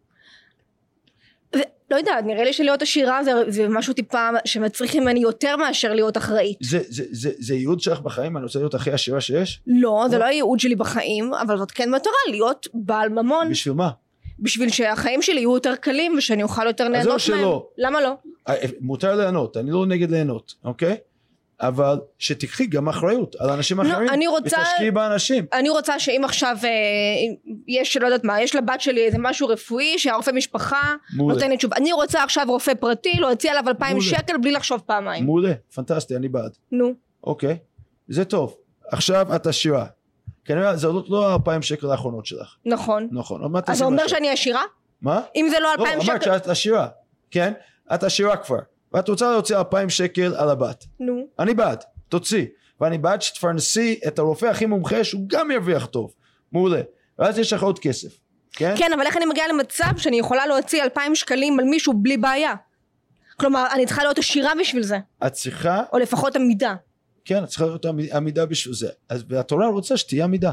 לא יודעת, נראה לי שלהיות עשירה זה, זה משהו טיפה שמצריך ממני יותר מאשר להיות אחראית. זה, זה, זה, זה ייעוד שלך בחיים? אני רוצה להיות הכי עשירה שיש? לא, זה לא הייעוד שלי בחיים, אבל זאת כן מטרה, להיות בעל ממון. בשביל מה? בשביל שהחיים שלי יהיו יותר קלים ושאני אוכל יותר ליהנות מהם. שלא. למה לא? מותר ליהנות, אני לא נגד ליהנות, אוקיי? אבל שתקחי גם אחריות על אנשים אחרים, אני רוצה, ותשקיעי באנשים. אני רוצה שאם עכשיו אה, יש, לא יודעת מה, יש לבת שלי איזה משהו רפואי שהרופא משפחה נותן לי תשובה, אני רוצה עכשיו רופא פרטי להוציא עליו אלפיים שקל בלי לחשוב פעמיים. מעולה, פנטסטי, אני בעד. נו. אוקיי, זה טוב. עכשיו את עשירה. כנראה זה לא אלפיים שקל האחרונות שלך. נכון. נכון. אז זה אומר שאני עשירה? מה? אם זה לא אלפיים שקל... לא, אמרת שאת עשירה, כן? את עשירה כבר. ואת רוצה להוציא אלפיים שקל על הבת. נו. אני בעד, תוציא. ואני בעד שתפרנסי את הרופא הכי מומחה שהוא גם ירוויח טוב. מעולה. ואז יש לך עוד כסף. כן? כן, אבל איך אני מגיעה למצב שאני יכולה להוציא אלפיים שקלים על מישהו בלי בעיה? כלומר, אני צריכה להיות עשירה בשביל זה. את צריכה... או לפחות עמידה. כן, את צריכה להיות עמידה בשביל זה. אז והתורה רוצה שתהיה עמידה.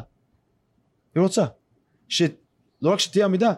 היא רוצה. שלא רק שתהיה עמידה,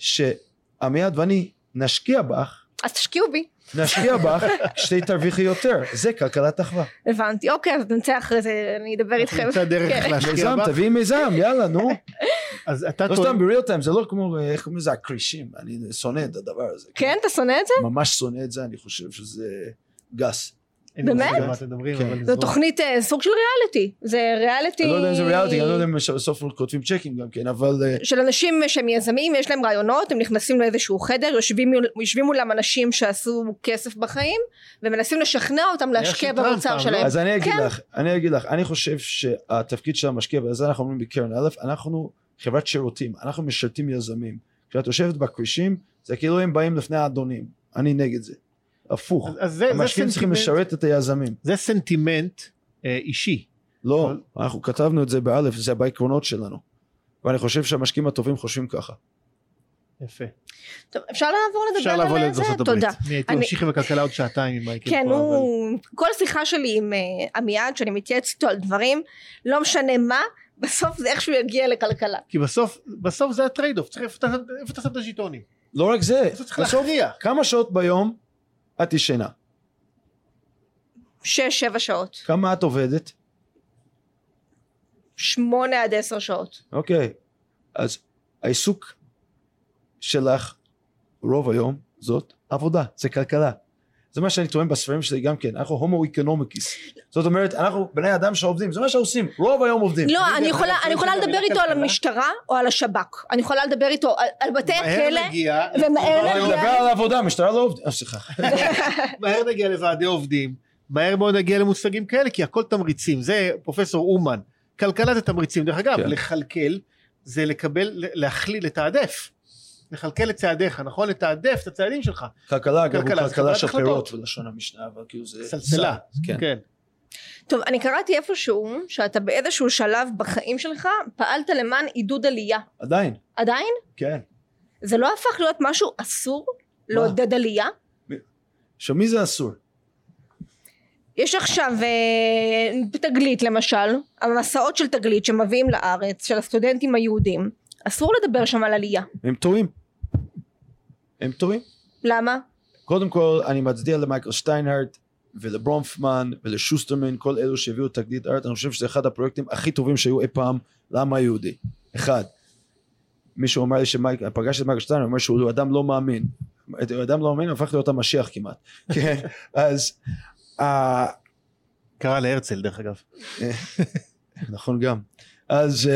שעמיעד ואני נשקיע בך. אז תשקיעו בי. נשקיע בך שתי תרוויחי יותר. זה כלכלת אחווה. הבנתי, אוקיי, אז נמצא אחרי זה, אני אדבר איתכם. נמצא דרך להשקיע בך. תביאי מיזם, יאללה, נו. אז אתה לא סתם בריאל טיים, זה לא כמו, איך קוראים לזה, הקרישים. אני שונא את הדבר הזה. כן, אתה שונא את זה? ממש שונא את זה, אני חושב שזה גס. באמת? זו תוכנית סוג של ריאליטי. זה ריאליטי... אני לא יודע אם זה ריאליטי, אני לא יודע אם בסוף כותבים צ'קים גם כן, אבל... של אנשים שהם יזמים, יש להם רעיונות, הם נכנסים לאיזשהו חדר, יושבים מולם אנשים שעשו כסף בחיים, ומנסים לשכנע אותם להשקיע במוצר שלהם. אז אני אגיד לך, אני אגיד לך, אני חושב שהתפקיד של המשקיע, וזה אנחנו אומרים בקרן א', אנחנו חברת שירותים, אנחנו משרתים יזמים. כשאת יושבת בקרישים, זה כאילו הם באים לפני האדונים, אני נגד זה. הפוך, המשקיעים צריכים לשרת את היזמים. זה סנטימנט אישי. לא, אנחנו כתבנו את זה באלף, זה בעקרונות שלנו. ואני חושב שהמשקיעים הטובים חושבים ככה. יפה. טוב, אפשר לעבור לדבר אפשר לעבור על זה? תודה. אני הייתי ממשיך עם הכלכלה עוד שעתיים עם מייקל. כן, כל שיחה שלי עם עמיעד, שאני מתייעץ איתו על דברים, לא משנה מה, בסוף זה איכשהו יגיע לכלכלה. כי בסוף, בסוף זה הטרייד אוף, צריך איפה אתה שם את הז'יטונים. לא רק זה, בסוף כמה שעות ביום את ישנה? שש, שבע שעות. כמה את עובדת? שמונה עד עשר שעות. אוקיי, אז העיסוק שלך רוב היום זאת עבודה, זה כלכלה. זה מה שאני טוען בספרים שלי גם כן, אנחנו הומו איקונומיקס. זאת אומרת, אנחנו בני אדם שעובדים, זה מה שעושים, רוב היום עובדים. לא, אני יכולה, אני יכולה לדבר איתו על המשטרה או על השב"כ. אני יכולה לדבר איתו על בתי הכלא, ומהר נגיע. אני מדבר על העבודה, המשטרה לא עובדים. סליחה. מהר נגיע לוועדי עובדים, מהר מאוד נגיע למושגים כאלה, כי הכל תמריצים. זה פרופסור אומן. כלכלה זה תמריצים. דרך אגב, לכלכל זה לקבל, להכליל, לתעדף. לחלקל את צעדיך, נכון? לתעדף את הצעדים שלך. כלכלה, גם כלכלה של פירות ולשון המשנה, אבל כאילו זה... סלסלה, כן. טוב, אני קראתי איפשהו, שאתה באיזשהו שלב בחיים שלך, פעלת למען עידוד עלייה. עדיין. עדיין? כן. זה לא הפך להיות משהו אסור? לעודד עלייה? שמי זה אסור? יש עכשיו תגלית למשל, המסעות של תגלית שמביאים לארץ, של הסטודנטים היהודים, אסור לדבר שם על עלייה. הם טועים. הם טועים. למה? קודם כל, אני מצדיע למייקל שטיינהרט, ולברונפמן, ולשוסטרמן, כל אלו שהביאו תגלית ארץ, אני חושב שזה אחד הפרויקטים הכי טובים שהיו אי פעם לעם היהודי. אחד. מישהו אומר לי שמייק, פגש את מייקל שטיינהרט, הוא אומר שהוא אדם לא מאמין. אדם לא מאמין, הפך להיות המשיח כמעט. כן, אז... קרא להרצל דרך אגב. נכון גם. אז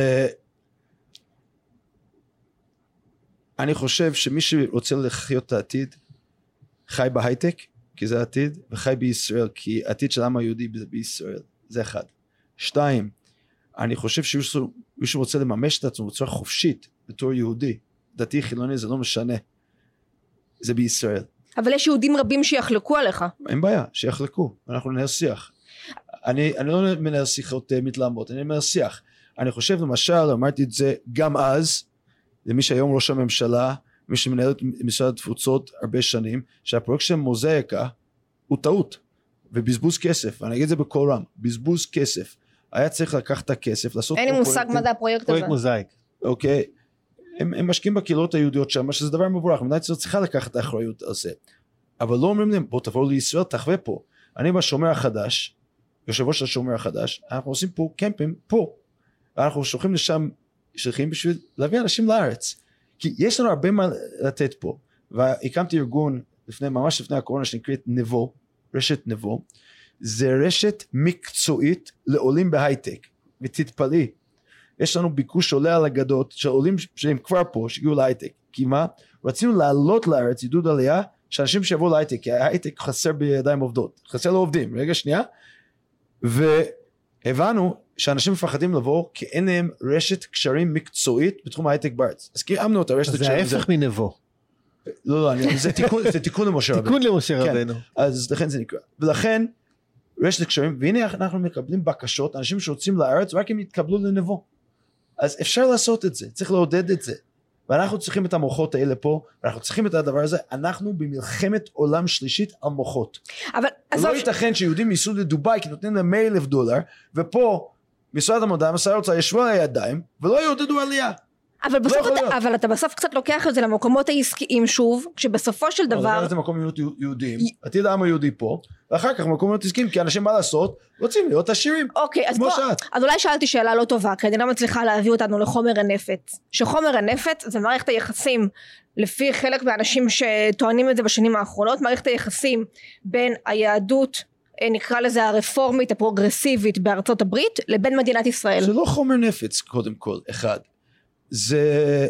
אני חושב שמי שרוצה לחיות את העתיד, חי בהייטק, כי זה העתיד, וחי בישראל, כי העתיד של העם היהודי זה בישראל. זה אחד. שתיים, אני חושב שמישהו רוצה לממש את עצמו בצורה חופשית, בתור יהודי, דתי חילוני, זה לא משנה. זה בישראל. אבל יש יהודים רבים שיחלקו עליך. אין בעיה, שיחלקו, אנחנו ננהל שיח. אני, אני לא מנהל שיחות מתלהמות, אני מנהל שיח. אני חושב למשל, אמרתי את זה גם אז, למי שהיום ראש הממשלה, מי שמנהל את משרד התפוצות הרבה שנים, שהפרויקט של מוזאיקה הוא טעות, ובזבוז כסף, ואני אגיד את זה בכל רם, בזבוז כסף. היה צריך לקחת את הכסף, לעשות... אין לי מושג מה זה הפרויקט הזה. פרויקט מוזאיק. אוקיי, הם, הם משקיעים בקהילות היהודיות שם, שזה דבר מבורך, מדינת ישראל צריכה לקחת את האחריות על זה. אבל לא אומרים להם, בוא תבואו לישראל, תחווה פה. אני בשומר החדש, יושב ראש השומר החדש, אנחנו עושים פה קמפים פה, אנחנו שולחים לשם שליחים בשביל להביא אנשים לארץ, כי יש לנו הרבה מה לתת פה, והקמתי ארגון לפני, ממש לפני הקורונה שנקראת נבו, רשת נבו, זה רשת מקצועית לעולים בהייטק, ותתפלאי, יש לנו ביקוש עולה על אגדות של עולים שהם כבר פה, שהגיעו להייטק, כי מה? רצינו לעלות לארץ, עידוד עלייה, שאנשים שיבואו להייטק, כי ההייטק חסר בידיים עובדות, חסר לעובדים, רגע שנייה, והבנו שאנשים מפחדים לבוא, כי אין להם רשת קשרים מקצועית בתחום ההייטק בארץ, אז קיימנו את הרשת הקשרים. זה ההפך מנבו. לא, לא, אני, זה תיקון, זה תיקון למשה רבנו. תיקון למשה רבנו. כן, אז לכן זה נקרא, ולכן רשת קשרים, והנה אנחנו מקבלים בקשות, אנשים שרוצים לארץ, רק הם יתקבלו לנבו, אז אפשר לעשות את זה, צריך לעודד את זה, ואנחנו צריכים את המוחות האלה פה, ואנחנו צריכים את הדבר הזה, אנחנו במלחמת עולם שלישית על מוחות. אבל לא ייתכן שיהודים ייסעו לדוביי, כי נותנים להם מאה אלף דולר, ופה משרד המדע, משרד האוצר ישבו על הידיים, ולא יעודדו עלייה. אבל, בסוף לא אתה, אבל אתה בסוף קצת לוקח את זה למקומות העסקיים שוב, כשבסופו של דבר... זה מקום יהודים, עתיד העם היהודי פה, ואחר כך מקומות עסקיים, כי אנשים מה לעשות, רוצים להיות עשירים. אוקיי, אז, בוא, אז אולי שאלתי שאלה לא טובה, כי אני לא מצליחה להביא אותנו לחומר הנפץ. שחומר הנפץ זה מערכת היחסים, לפי חלק מהאנשים שטוענים את זה בשנים האחרונות, מערכת היחסים בין היהדות, נקרא לזה הרפורמית, הפרוגרסיבית בארצות הברית, לבין מדינת ישראל. זה לא חומר נפץ, קודם כל, אחד. זה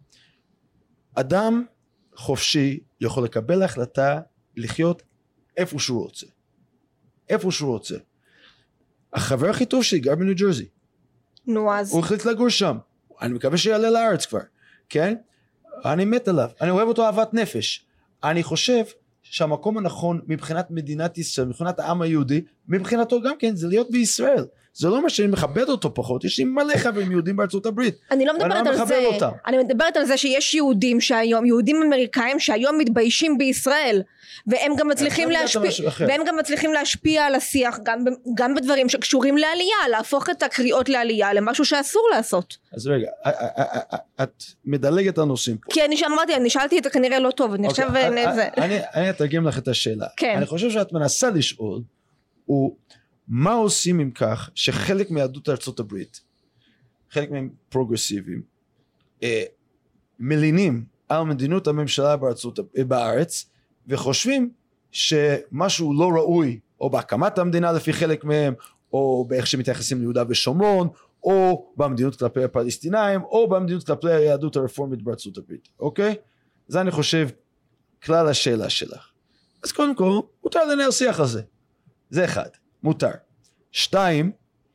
אדם חופשי יכול לקבל החלטה לחיות איפה שהוא רוצה, איפה שהוא רוצה. החבר הכי טוב שלי גר בניו ג'רזי, נו אז הוא החליט לגור שם, אני מקווה שיעלה לארץ כבר, כן? אני מת עליו, אני אוהב אותו אהבת נפש. אני חושב שהמקום הנכון מבחינת מדינת ישראל, מבחינת העם היהודי, מבחינתו גם כן זה להיות בישראל. זה לא אומר שאני מכבד אותו פחות, יש לי מלא חברים יהודים בארצות הברית. אני לא מדברת על זה, אותם. אני מדברת על זה שיש יהודים שהיום, יהודים אמריקאים שהיום מתביישים בישראל, והם גם מצליחים להשפיע, והם גם מצליחים להשפיע על השיח, גם, גם בדברים שקשורים לעלייה, להפוך את הקריאות לעלייה למשהו שאסור לעשות. אז רגע, את מדלגת על נושאים פה. כי אני אמרתי, אני שאלתי את זה כנראה לא טוב, אני חושב זה. אני אתרגם לך את השאלה. כן. אני חושב שאת מנסה לשאול, הוא מה עושים עם כך שחלק מיהדות ארצות הברית, חלק מהם פרוגרסיביים, אה, מלינים על מדיניות הממשלה בארצות, בארץ, וחושבים שמשהו לא ראוי, או בהקמת המדינה לפי חלק מהם, או באיך שמתייחסים ליהודה ושומרון, או במדיניות כלפי הפלסטינאים, או במדיניות כלפי היהדות הרפורמית בארצות הברית, אוקיי? זה אני חושב כלל השאלה שלך. אז קודם כל, מותר לנהל שיח על זה. זה אחד. מותר. שתיים,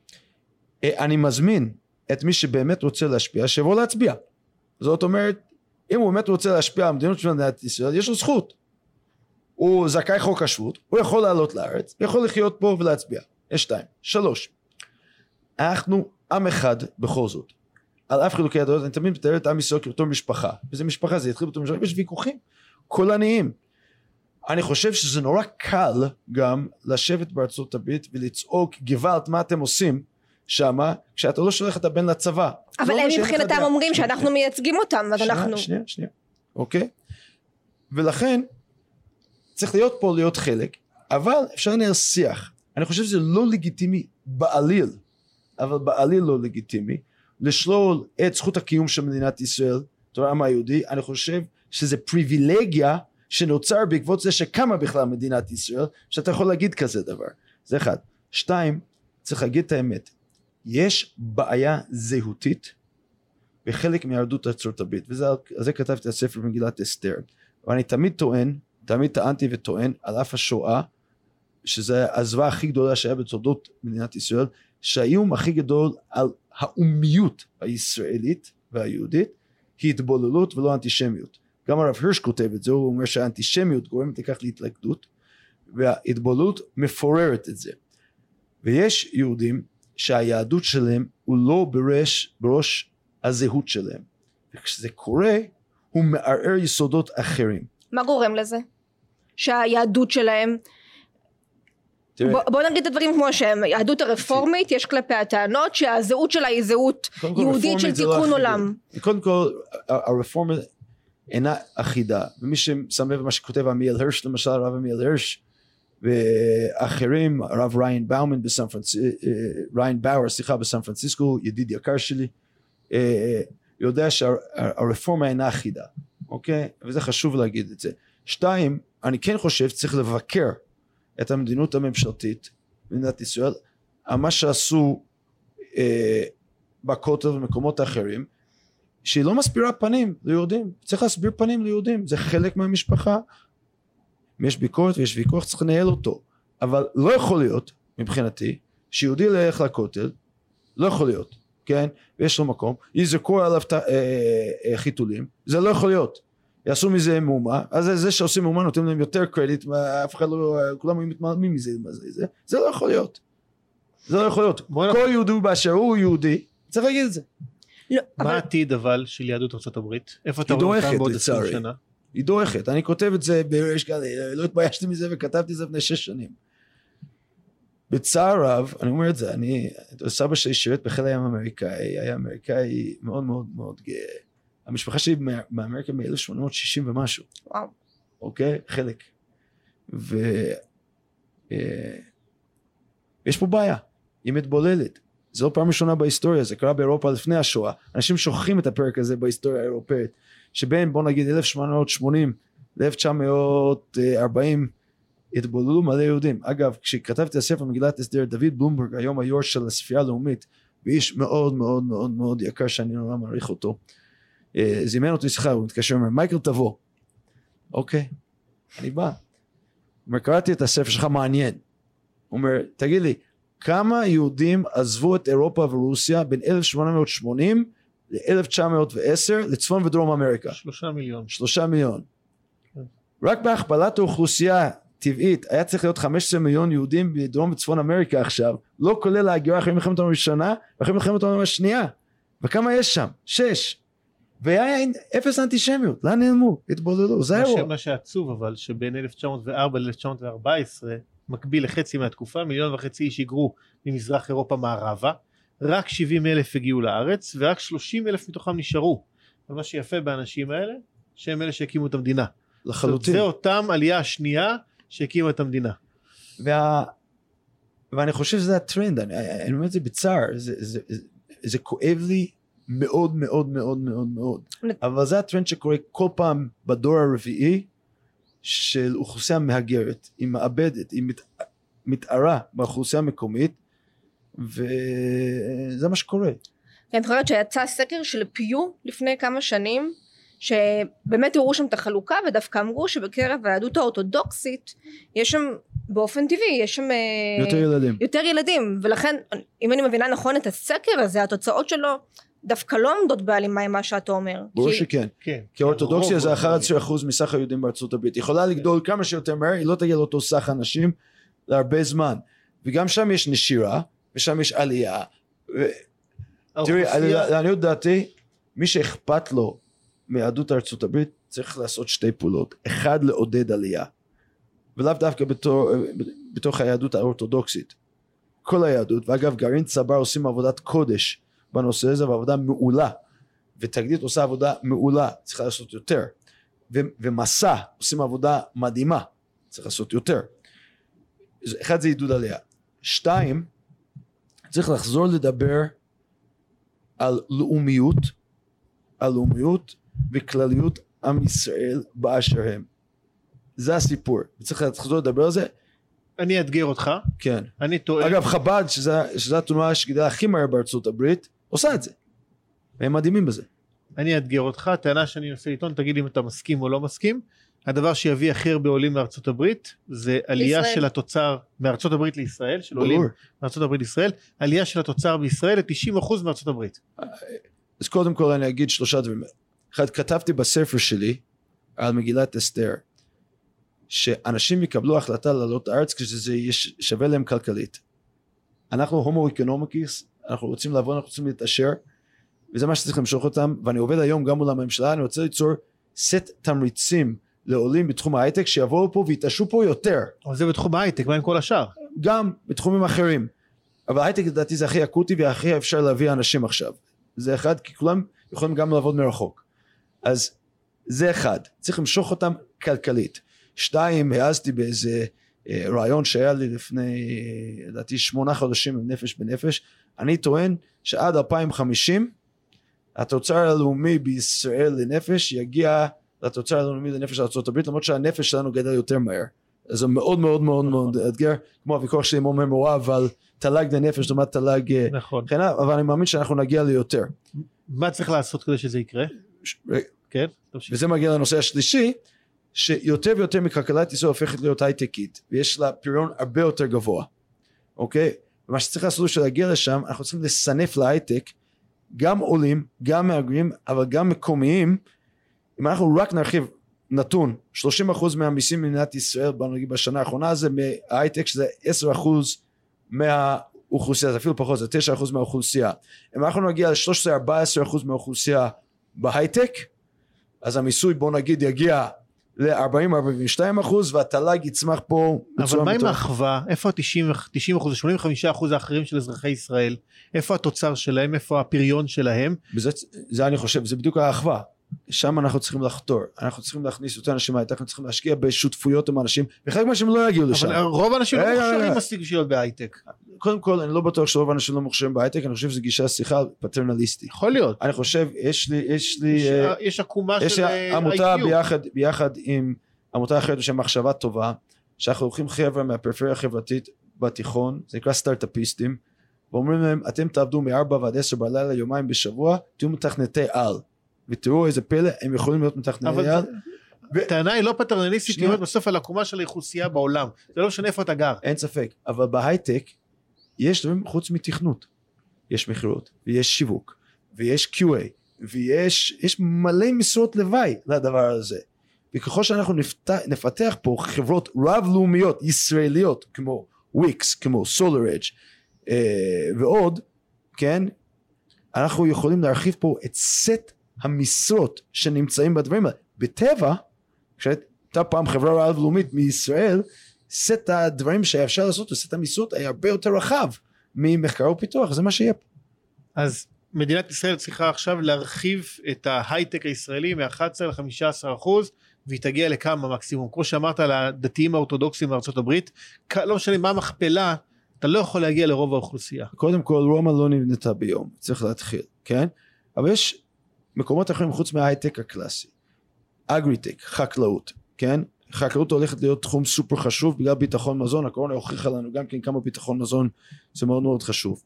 אני מזמין את מי שבאמת רוצה להשפיע, שיבוא להצביע. זאת אומרת, אם הוא באמת רוצה להשפיע על המדינות של מדינת ישראל, יש לו זכות. הוא זכאי חוק השבות, הוא יכול לעלות לארץ, הוא יכול לחיות פה ולהצביע. יש שתיים. שלוש, אנחנו עם אחד בכל זאת. על אף חילוקי הדעות, אני תמיד מתאר את עם ישראל כאותו משפחה. וזה משפחה, זה יתחיל בתור משפחה, יש ויכוחים קולניים. אני חושב שזה נורא קל גם לשבת בארצות הברית ולצעוק גוואלד מה אתם עושים שמה, כשאתה לא שולח את הבן לצבא. אבל הם מבחינתם אומרים שאנחנו מייצגים אותם, אז אנחנו... שנייה, שנייה, אוקיי? ולכן צריך להיות פה, להיות חלק, אבל אפשר לנהל שיח. אני חושב שזה לא לגיטימי בעליל, אבל בעליל לא לגיטימי, לשלול את זכות הקיום של מדינת ישראל, תורה העם היהודי. אני חושב שזה פריבילגיה שנוצר בעקבות זה שקמה בכלל מדינת ישראל, שאתה יכול להגיד כזה דבר. זה אחד. שתיים, צריך להגיד את האמת, יש בעיה זהותית בחלק מיהדות ארצות הברית, וזה זה כתבתי את הספר במגילת אסתר, ואני תמיד טוען, תמיד טענתי וטוען על אף השואה, שזה הזוועה הכי גדולה שהיה בתולדות מדינת ישראל, שהאיום הכי גדול על האומיות הישראלית והיהודית היא התבוללות ולא אנטישמיות. גם הרב הירש כותב את זה, הוא אומר שהאנטישמיות גורמת לכך להתלכדות, וההתבוללות מפוררת את זה. ויש יהודים שהיהדות שלהם הוא לא בראש, בראש הזהות שלהם, וכשזה קורה הוא מערער יסודות אחרים. מה גורם לזה? שהיהדות שלהם, בוא, בוא נגיד את הדברים כמו שהם, היהדות הרפורמית יש כלפי הטענות שהזהות שלה היא זהות יהודית של תיקון עולם. קודם כל הרפורמה אינה אחידה, ומי ששם לב מה שכותב עמיאל הירש, למשל הרב עמיאל הירש ואחרים, הרב ריין באומן בסן פרנסיסקו, ריין באואר סליחה בסן פרנסיסקו, ידיד יקר שלי, יודע שהרפורמה אינה אחידה, אוקיי? וזה חשוב להגיד את זה. שתיים, אני כן חושב שצריך לבקר את המדינות הממשלתית במדינת ישראל, מה שעשו אה, בכותל ומקומות אחרים, שהיא לא מסבירה פנים ליהודים, צריך להסביר פנים ליהודים, זה חלק מהמשפחה, יש ביקורת ויש ויכוח, צריך לנהל אותו, אבל לא יכול להיות מבחינתי, שיהודי ילך לכותל, לא יכול להיות, כן, ויש לו מקום, יזרקו עליו אה, אה, חיתולים, זה לא יכול להיות, יעשו מזה מאומה, אז זה שעושים מאומה נותנים להם יותר קרדיט, אף אחד לא, כולם היו מתמלמים מזה, זה, זה, זה לא יכול להיות, זה לא יכול להיות, כל יהודי באשר הוא יהודי, צריך להגיד את זה. לא, מה אבל... העתיד אבל של יהדות ארצות הברית? איפה אתה רואה אותם בעוד עשרים שנה? היא דורכת, אני כותב את זה בריש גלי, לא התביישתי מזה וכתבתי את זה לפני שש שנים. בצער רב, אני אומר את זה, אני, סבא שלי שירת בחיל הים האמריקאי, היה אמריקאי מאוד מאוד מאוד גאה, המשפחה שלי מאמריקה מ-אלף שמונה מאות שישים ומשהו, וואו. אוקיי? חלק. ויש פה בעיה, היא מתבוללת, זו פעם ראשונה בהיסטוריה, זה קרה באירופה לפני השואה, אנשים שוכחים את הפרק הזה בהיסטוריה האירופאית, שבין בוא נגיד אלף שמונה מאות שמונים ל-אלף תשע מאות ארבעים התבוללו מלא יהודים. אגב, כשכתבתי הספר מגילת אסתר, דוד בלומברג, היום היורש של הספרייה הלאומית, ואיש מאוד מאוד מאוד מאוד יקר שאני נורא מעריך אותו, זימן אותי שיחה, הוא מתקשר, אומר, מייקל תבוא. אוקיי, אני בא. הוא אומר, קראתי את הספר שלך מעניין. הוא אומר, תגיד לי, כמה יהודים עזבו את אירופה ורוסיה בין אלף שמונה מאות שמונים ל-אלף תשע מאות ועשר לצפון ודרום אמריקה? שלושה מיליון. שלושה מיליון. רק בהכפלת האוכלוסייה טבעית, היה צריך להיות חמישה עשר מיליון יהודים בדרום וצפון אמריקה עכשיו, לא כולל ההגירה אחרי מלחמת העולם הראשונה, ואחרי מלחמת העולם השנייה. וכמה יש שם? שש. והיה אפס אנטישמיות, לאן נעלמו? התבודדו, זה אירוע. מה שעצוב אבל, שבין אלף תשע מאות וארבע ל-אלף תשע מאות וארבע עשרה, מקביל לחצי מהתקופה, מיליון וחצי איש היגרו ממזרח אירופה מערבה, רק שבעים אלף הגיעו לארץ, ורק שלושים אלף מתוכם נשארו. אבל מה שיפה באנשים האלה, שהם אלה שהקימו את המדינה. לחלוטין. זה אותם עלייה השנייה שהקימו את המדינה. וה... ואני חושב שזה הטרנד, אני, אני אומר את זה בצער, זה, זה, זה, זה כואב לי מאוד מאוד מאוד מאוד מאוד, אבל זה הטרנד שקורה כל פעם בדור הרביעי, של אוכלוסייה מהגרת, היא מאבדת, היא מת, מתערה באוכלוסייה המקומית, וזה מה שקורה. אני זוכרת שיצא סקר של פיו לפני כמה שנים, שבאמת הראו שם את החלוקה, ודווקא אמרו שבקרב היהדות האורתודוקסית, יש שם באופן טבעי, יש שם יותר ילדים. יותר ילדים, ולכן, אם אני מבינה נכון את הסקר הזה, התוצאות שלו, דווקא לא עומדות בהלימה עם מה שאתה אומר. ברור שכן. כי האורתודוקסיה זה אחד עשר אחוז מסך היהודים בארצות הברית. היא יכולה לגדול כמה שיותר מהר, היא לא תגיע לאותו סך אנשים להרבה זמן. וגם שם יש נשירה, ושם יש עלייה. תראי, לעניות דעתי, מי שאכפת לו מיהדות ארצות הברית, צריך לעשות שתי פעולות. אחד, לעודד עלייה. ולאו דווקא בתוך היהדות האורתודוקסית. כל היהדות, ואגב גרעין צבר עושים עבודת קודש, בנושא הזה, ועבודה מעולה, ותגלית עושה עבודה מעולה, צריכה לעשות יותר, ו- ומסע עושים עבודה מדהימה, צריך לעשות יותר. אחד זה עידוד עליה. שתיים, צריך לחזור לדבר על לאומיות, על לאומיות וכלליות עם ישראל באשר הם. זה הסיפור, צריך לחזור לדבר על זה. אני אתגר אותך. כן. אני טועה. אגב, חב"ד, שזו התנועה שגדלה הכי מהר בארצות הברית, עושה את זה. והם מדהימים בזה. אני אתגר אותך, טענה שאני אנסה לטעון, תגיד אם אתה מסכים או לא מסכים. הדבר שיביא הכי הרבה עולים מארצות הברית, זה עלייה ישראל. של התוצר, מארצות הברית לישראל, של עולים מארצות הברית לישראל, עלייה של התוצר בישראל ל-תשעים אחוז מארצות הברית. אז קודם כל אני אגיד שלושה דברים. אחד, כתבתי בספר שלי, על מגילת אסתר, שאנשים יקבלו החלטה לעלות לארץ, כשזה שווה להם כלכלית. אנחנו הומו אקונומיקוס, אנחנו רוצים לעבוד, אנחנו רוצים להתעשר, וזה מה שצריך למשוך אותם, ואני עובד היום גם מול הממשלה, אני רוצה ליצור סט תמריצים לעולים בתחום ההייטק, שיבואו פה ויתעשו פה יותר. אבל זה בתחום ההייטק, מה עם כל השאר? גם בתחומים אחרים. אבל ההייטק לדעתי זה הכי אקוטי, והכי אפשר להביא אנשים עכשיו. זה אחד, כי כולם יכולים גם לעבוד מרחוק. אז זה אחד, צריך למשוך אותם כלכלית. שתיים, העזתי באיזה אה, רעיון שהיה לי לפני, לדעתי, שמונה חודשים עם נפש בנפש. אני טוען שעד אלפיים וחמישים, התוצר הלאומי בישראל לנפש יגיע לתוצר הלאומי לנפש ארצות הברית, למרות שהנפש שלנו גדל יותר מהר. אז זה מאוד מאוד מאוד מאוד אתגר, כמו הוויכוח שלי עם עומר מורה, אבל תל"ג לנפש, זאת אומרת תל"ג, נכון. אבל אני מאמין שאנחנו נגיע ליותר. מה צריך לעשות כדי שזה יקרה? כן, וזה מגיע לנושא השלישי, שיותר ויותר מכלכלת ישראל הופכת להיות הייטקית, ויש לה פריון הרבה יותר גבוה, אוקיי? ומה שצריך לעשות בשביל להגיע לשם, אנחנו צריכים לסנף להייטק, גם עולים, גם מהגרים, אבל גם מקומיים. אם אנחנו רק נרחיב נתון, שלושים אחוז מהמיסים במדינת ישראל, בוא נגיד בשנה האחרונה, זה מההייטק, שזה עשרה אחוז מהאוכלוסייה, זה אפילו פחות, זה תשעה אחוז מהאוכלוסייה. אם אנחנו נגיע ל-שלושה עשר עד ארבעה עשר אחוז מהאוכלוסייה בהייטק, אז המיסוי בוא נגיד יגיע ל-ארבעים עד ארבעים ושתיים אחוז, והתל"ג יצמח פה. אבל מה עם האחווה? איפה ה-תשעים אחוז, שמונים וחמישה אחוז האחרים של אזרחי ישראל? איפה התוצר שלהם? איפה הפריון שלהם? וזה, זה אני חושב, זה בדיוק האחווה. שם אנחנו צריכים לחתור, אנחנו צריכים להכניס יותר אנשים בהייטק, אנחנו צריכים להשקיע בשותפויות עם אנשים, וחלק מהאנשים לא יגיעו לשם. אבל רוב האנשים לא מוכשרים מספיק להיות בהייטק. קודם כל, אני לא בטוח שרוב האנשים לא מוכשרים בהייטק, אני חושב שזו גישה שיחה פטרנליסטית. יכול להיות. אני חושב, יש לי, יש לי, יש עקומה של איי קיו. יש עמותה ביחד, ביחד עם עמותה אחרת בשם מחשבה טובה, שאנחנו לוקחים חבר'ה מהפריפריה החברתית בתיכון, זה נקרא סטארט-אפיסטים, ואומרים להם, אתם תעבדו מ-ארבע ועד עשר בלילה, יומיים בשבוע, תהיו מתכנתי על. ותראו איזה פלא, הם יכולים להיות מתכנני על. הטענה היא לא פטרנליסטית, היא אומרת בסוף על עקומה של האוכלוסייה בעולם, זה לא משנה איפה אתה גר. אין ספק, אבל בהייטק, יש דברים חוץ מתכנות, יש מכירות, ויש שיווק, ויש קיו איי, ויש יש מלא משרות לוואי לדבר הזה, וככל שאנחנו נפתח, נפתח פה חברות רב-לאומיות, ישראליות, כמו וויקס, כמו SolarEdge, אה, ועוד, כן, אנחנו יכולים להרחיב פה את סט המשרות שנמצאים בדברים האלה. בטבע, כשהייתה פעם חברה רב-לאומית מישראל, סט הדברים שאפשר לעשות, סט המשרות היה הרבה יותר רחב ממחקר ופיתוח, זה מה שיהיה פה. אז מדינת ישראל צריכה עכשיו להרחיב את ההייטק הישראלי מ-אחד עשר ל-חמישה עשר אחוז, והיא תגיע לכמה מקסימום. כמו שאמרת על הדתיים האורתודוקסים בארצות הברית, לא משנה מה מכפלה, אתה לא יכול להגיע לרוב האוכלוסייה. קודם כל, רומא לא נבנתה ביום, צריך להתחיל, כן? אבל יש מקומות אחרים חוץ מההייטק הקלאסי. אגריטק, חקלאות, כן? חקלאות הולכת להיות תחום סופר חשוב בגלל ביטחון מזון, הקורונה הוכיחה לנו גם כן כמה ביטחון מזון, זה מאוד מאוד חשוב.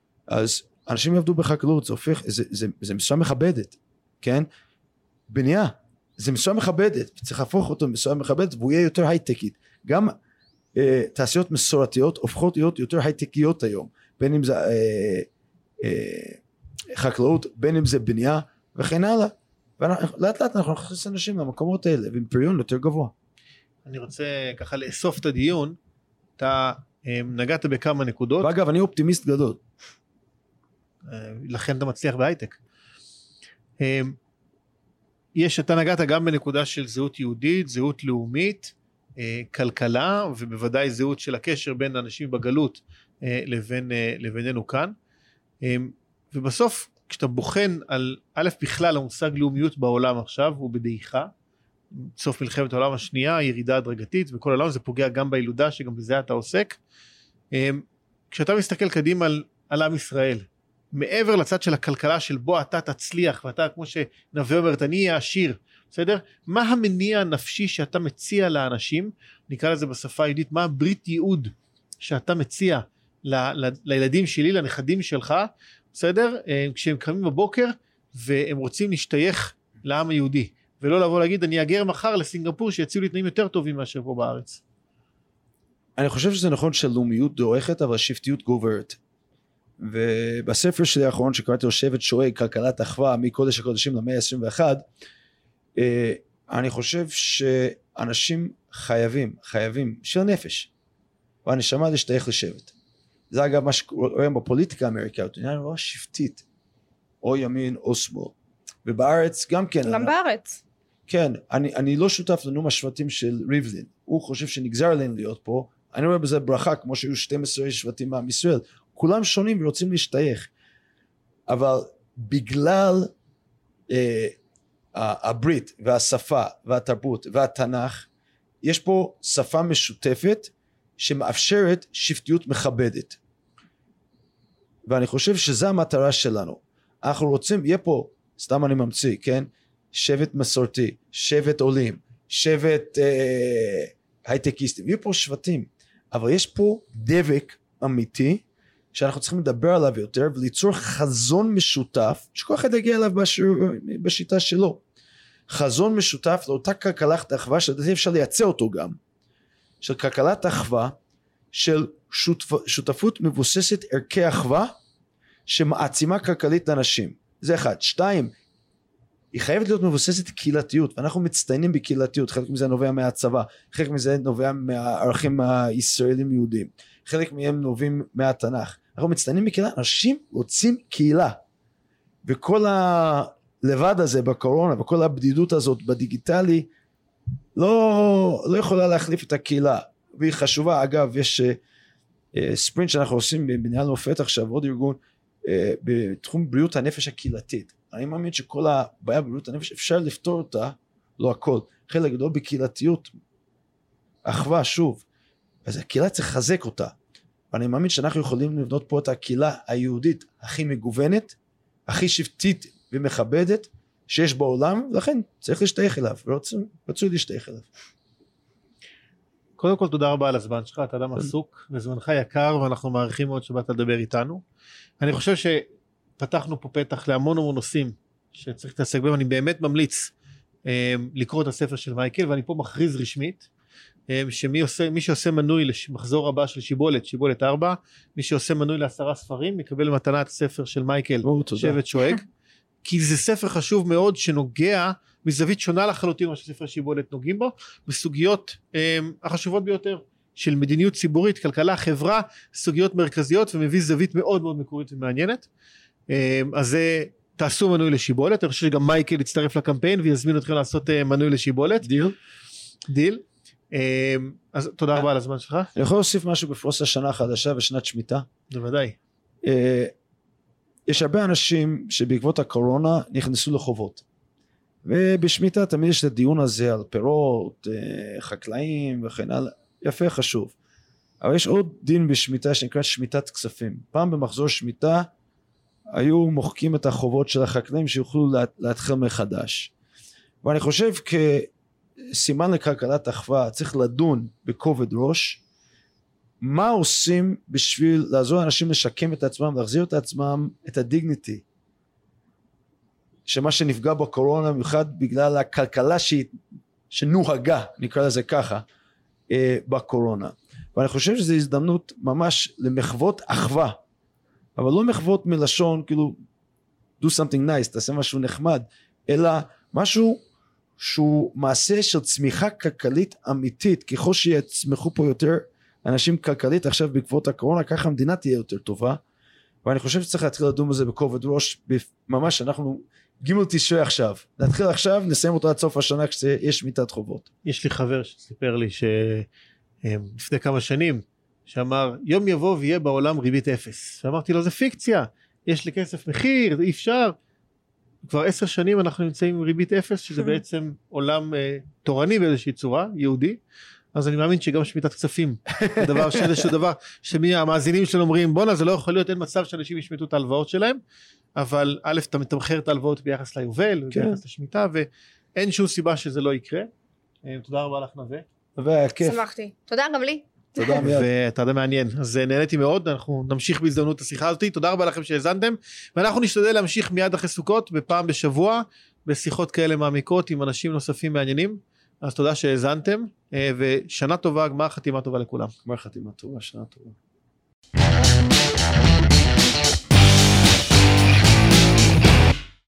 אז אנשים יעבדו בחקלאות, זה הופך, זה, זה, זה משרה מכבדת, כן? בנייה, זה משרה מכבדת, צריך להפוך אותו משרה מכבדת, והוא יהיה יותר הייטקית. גם אה, תעשיות מסורתיות הופכות להיות יותר הייטקיות היום, בין אם זה אה, אה, חקלאות, בין אם זה בנייה, וכן הלאה. ולאט לאט אנחנו נכניס אנשים למקומות האלה, ועם פריון יותר גבוה. אני רוצה ככה לאסוף את הדיון, אתה נגעת בכמה נקודות. ואגב, אני אופטימיסט גדול. לכן אתה מצליח בהייטק. יש, אתה נגעת גם בנקודה של זהות יהודית, זהות לאומית, כלכלה, ובוודאי זהות של הקשר בין אנשים בגלות לבין, לבינינו כאן. ובסוף, כשאתה בוחן על א' בכלל המושג לאומיות בעולם עכשיו, הוא בדעיכה, סוף מלחמת העולם השנייה, ירידה הדרגתית, וכל העולם זה פוגע גם בילודה, שגם בזה אתה עוסק. כשאתה מסתכל קדימה על, על עם ישראל, מעבר לצד של הכלכלה של בו אתה תצליח, ואתה כמו שנביא אומרת, אני אהיה עשיר, בסדר? מה המניע הנפשי שאתה מציע לאנשים, נקרא לזה בשפה היהודית, מה הברית ייעוד שאתה מציע ל, ל, לילדים שלי, לנכדים שלך, בסדר? כשהם קמים בבוקר והם רוצים להשתייך לעם היהודי, ולא לבוא להגיד אני אגר מחר לסינגפור שיציעו לי תנאים יותר טובים מאשר פה בארץ. אני חושב שזה נכון שלאומיות דורכת, אבל שבטיות גוברת. ובספר שלי האחרון שקראתי לו שבט שואג, כלכלת אחווה מקודש הקודשים למאה ה-עשרים ואחת, אני חושב שאנשים חייבים, חייבים, של נפש, והנשמה להשתייך לשבט. זה אגב מה שקוראים בפוליטיקה האמריקאית, אני רואה שבטית, או ימין או שמאל. ובארץ גם כן. גם בארץ. כן, אני, אני לא שותף לנאום השבטים של ריבלין, הוא חושב שנגזר עלינו להיות פה, אני רואה בזה ברכה, כמו שהיו שנים עשר שבטים מעם ישראל, כולם שונים ורוצים להשתייך, אבל בגלל אה, הברית והשפה והתרבות והתנ"ך, יש פה שפה משותפת שמאפשרת שבטיות מכבדת, ואני חושב שזו המטרה שלנו. אנחנו רוצים, יהיה פה, סתם אני ממציא, כן? שבט מסורתי, שבט עולים, שבט אה, הייטקיסטים, יהיו פה שבטים, אבל יש פה דבק אמיתי, שאנחנו צריכים לדבר עליו יותר, וליצור חזון משותף, שכל אחד יגיע אליו בשיר, בשיטה שלו. חזון משותף לאותה כלכלת אחווה, שלדעתי אפשר לייצא אותו גם, של כלכלת אחווה, של שותפ, שותפות מבוססת ערכי אחווה, שמעצימה כלכלית לאנשים. זה אחד. שתיים, היא חייבת להיות מבוססת קהילתיות, ואנחנו מצטיינים בקהילתיות, חלק מזה נובע מהצבא, חלק מזה נובע מהערכים הישראלים יהודים, חלק מהם נובעים מהתנ"ך, אנחנו מצטיינים בקהילה, אנשים רוצים קהילה, וכל הלבד הזה בקורונה, וכל הבדידות הזאת בדיגיטלי, לא, לא יכולה להחליף את הקהילה, והיא חשובה. אגב, יש uh, ספרינט שאנחנו עושים בבניין מופת עכשיו, עוד ארגון, uh, בתחום בריאות הנפש הקהילתית, אני מאמין שכל הבעיה בבריאות הנפש אפשר לפתור אותה, לא הכל, חלק גדול בקהילתיות, אחווה שוב, אז הקהילה צריך לחזק אותה, ואני מאמין שאנחנו יכולים לבנות פה את הקהילה היהודית הכי מגוונת, הכי שבטית ומכבדת שיש בעולם, ולכן צריך להשתייך אליו, ורצוי להשתייך אליו. קודם כל תודה רבה על הזמן שלך, אתה אדם עסוק, וזמנך יקר, ואנחנו מעריכים מאוד שבאת לדבר איתנו. אני חושב ש... פתחנו פה פתח להמון המון נושאים שצריך להתעסק בהם. אני באמת ממליץ אה, לקרוא את הספר של מייקל, ואני פה מכריז רשמית אה, שמי עושה, מי שעושה מנוי למחזור הבא של שיבולת, שיבולת ארבע, מי שעושה מנוי לעשרה ספרים מקבל מתנה את הספר של מייקל, שבט שואג, כי זה ספר חשוב מאוד שנוגע מזווית שונה לחלוטין מה שספר שיבולת נוגעים בו, בסוגיות אה, החשובות ביותר של מדיניות ציבורית, כלכלה, חברה, סוגיות מרכזיות, ומביא זווית מאוד מאוד מקורית ומעניינת. אז תעשו מנוי לשיבולת, אני חושב שגם מייקל יצטרף לקמפיין ויזמין אתכם לעשות מנוי לשיבולת. דיל. דיל. אז תודה רבה על הזמן שלך. אני יכול להוסיף משהו בפרוס השנה החדשה ושנת שמיטה? בוודאי. יש הרבה אנשים שבעקבות הקורונה נכנסו לחובות, ובשמיטה תמיד יש את הדיון הזה על פירות, חקלאים וכן הלאה, יפה, חשוב. אבל יש עוד דין בשמיטה שנקרא שמיטת כספים. פעם במחזור שמיטה היו מוחקים את החובות של החקלאים שיוכלו להתחיל מחדש, ואני חושב כסימן לכלכלת אחווה צריך לדון בכובד ראש מה עושים בשביל לעזור לאנשים לשקם את עצמם, להחזיר את עצמם את הדיגניטי, שמה שנפגע בקורונה במיוחד בגלל הכלכלה שהיא, שנוהגה, נקרא לזה ככה, בקורונה. ואני חושב שזו הזדמנות ממש למחוות אחווה, אבל לא מחוות מלשון כאילו do something nice, תעשה משהו נחמד, אלא משהו שהוא מעשה של צמיחה כלכלית אמיתית. ככל שיצמחו פה יותר אנשים כלכלית עכשיו בעקבות הקורונה, ככה המדינה תהיה יותר טובה, ואני חושב שצריך להתחיל לדון בזה בכובד ראש, ממש אנחנו גימל תשרי עכשיו, נתחיל עכשיו, נסיים אותו עד סוף השנה כשיש שמיטת חובות. יש לי חבר שסיפר לי שלפני כמה שנים, שאמר יום יבוא ויהיה בעולם ריבית אפס, ואמרתי לו זה פיקציה, יש לי כסף מחיר, אי אפשר. כבר עשר שנים אנחנו נמצאים עם ריבית אפס, שזה בעצם עולם אה, תורני באיזושהי צורה, יהודי, אז אני מאמין שגם שמיטת כספים, זה דבר שאיזשהו דבר, שמי המאזינים שלנו אומרים, בונה זה לא יכול להיות, אין מצב שאנשים ישמיטו את ההלוואות שלהם, אבל א' אתה מתמחר את ההלוואות ביחס ליובל, כן. וביחס לשמיטה, אין שום סיבה שזה לא יקרה. תודה רבה לך נווה. והיה כיף. שמחתי. תודה גם לי. תודה מיד. ואתה יודע מעניין, אז נהניתי מאוד, אנחנו נמשיך בהזדמנות השיחה הזאת, תודה רבה לכם שהזנתם, ואנחנו נשתדל להמשיך מיד אחרי סוכות, בפעם בשבוע, בשיחות כאלה מעמיקות עם אנשים נוספים מעניינים, אז תודה שהזנתם, ושנה טובה, גמר חתימה טובה לכולם. גמר חתימה טובה, שנה טובה.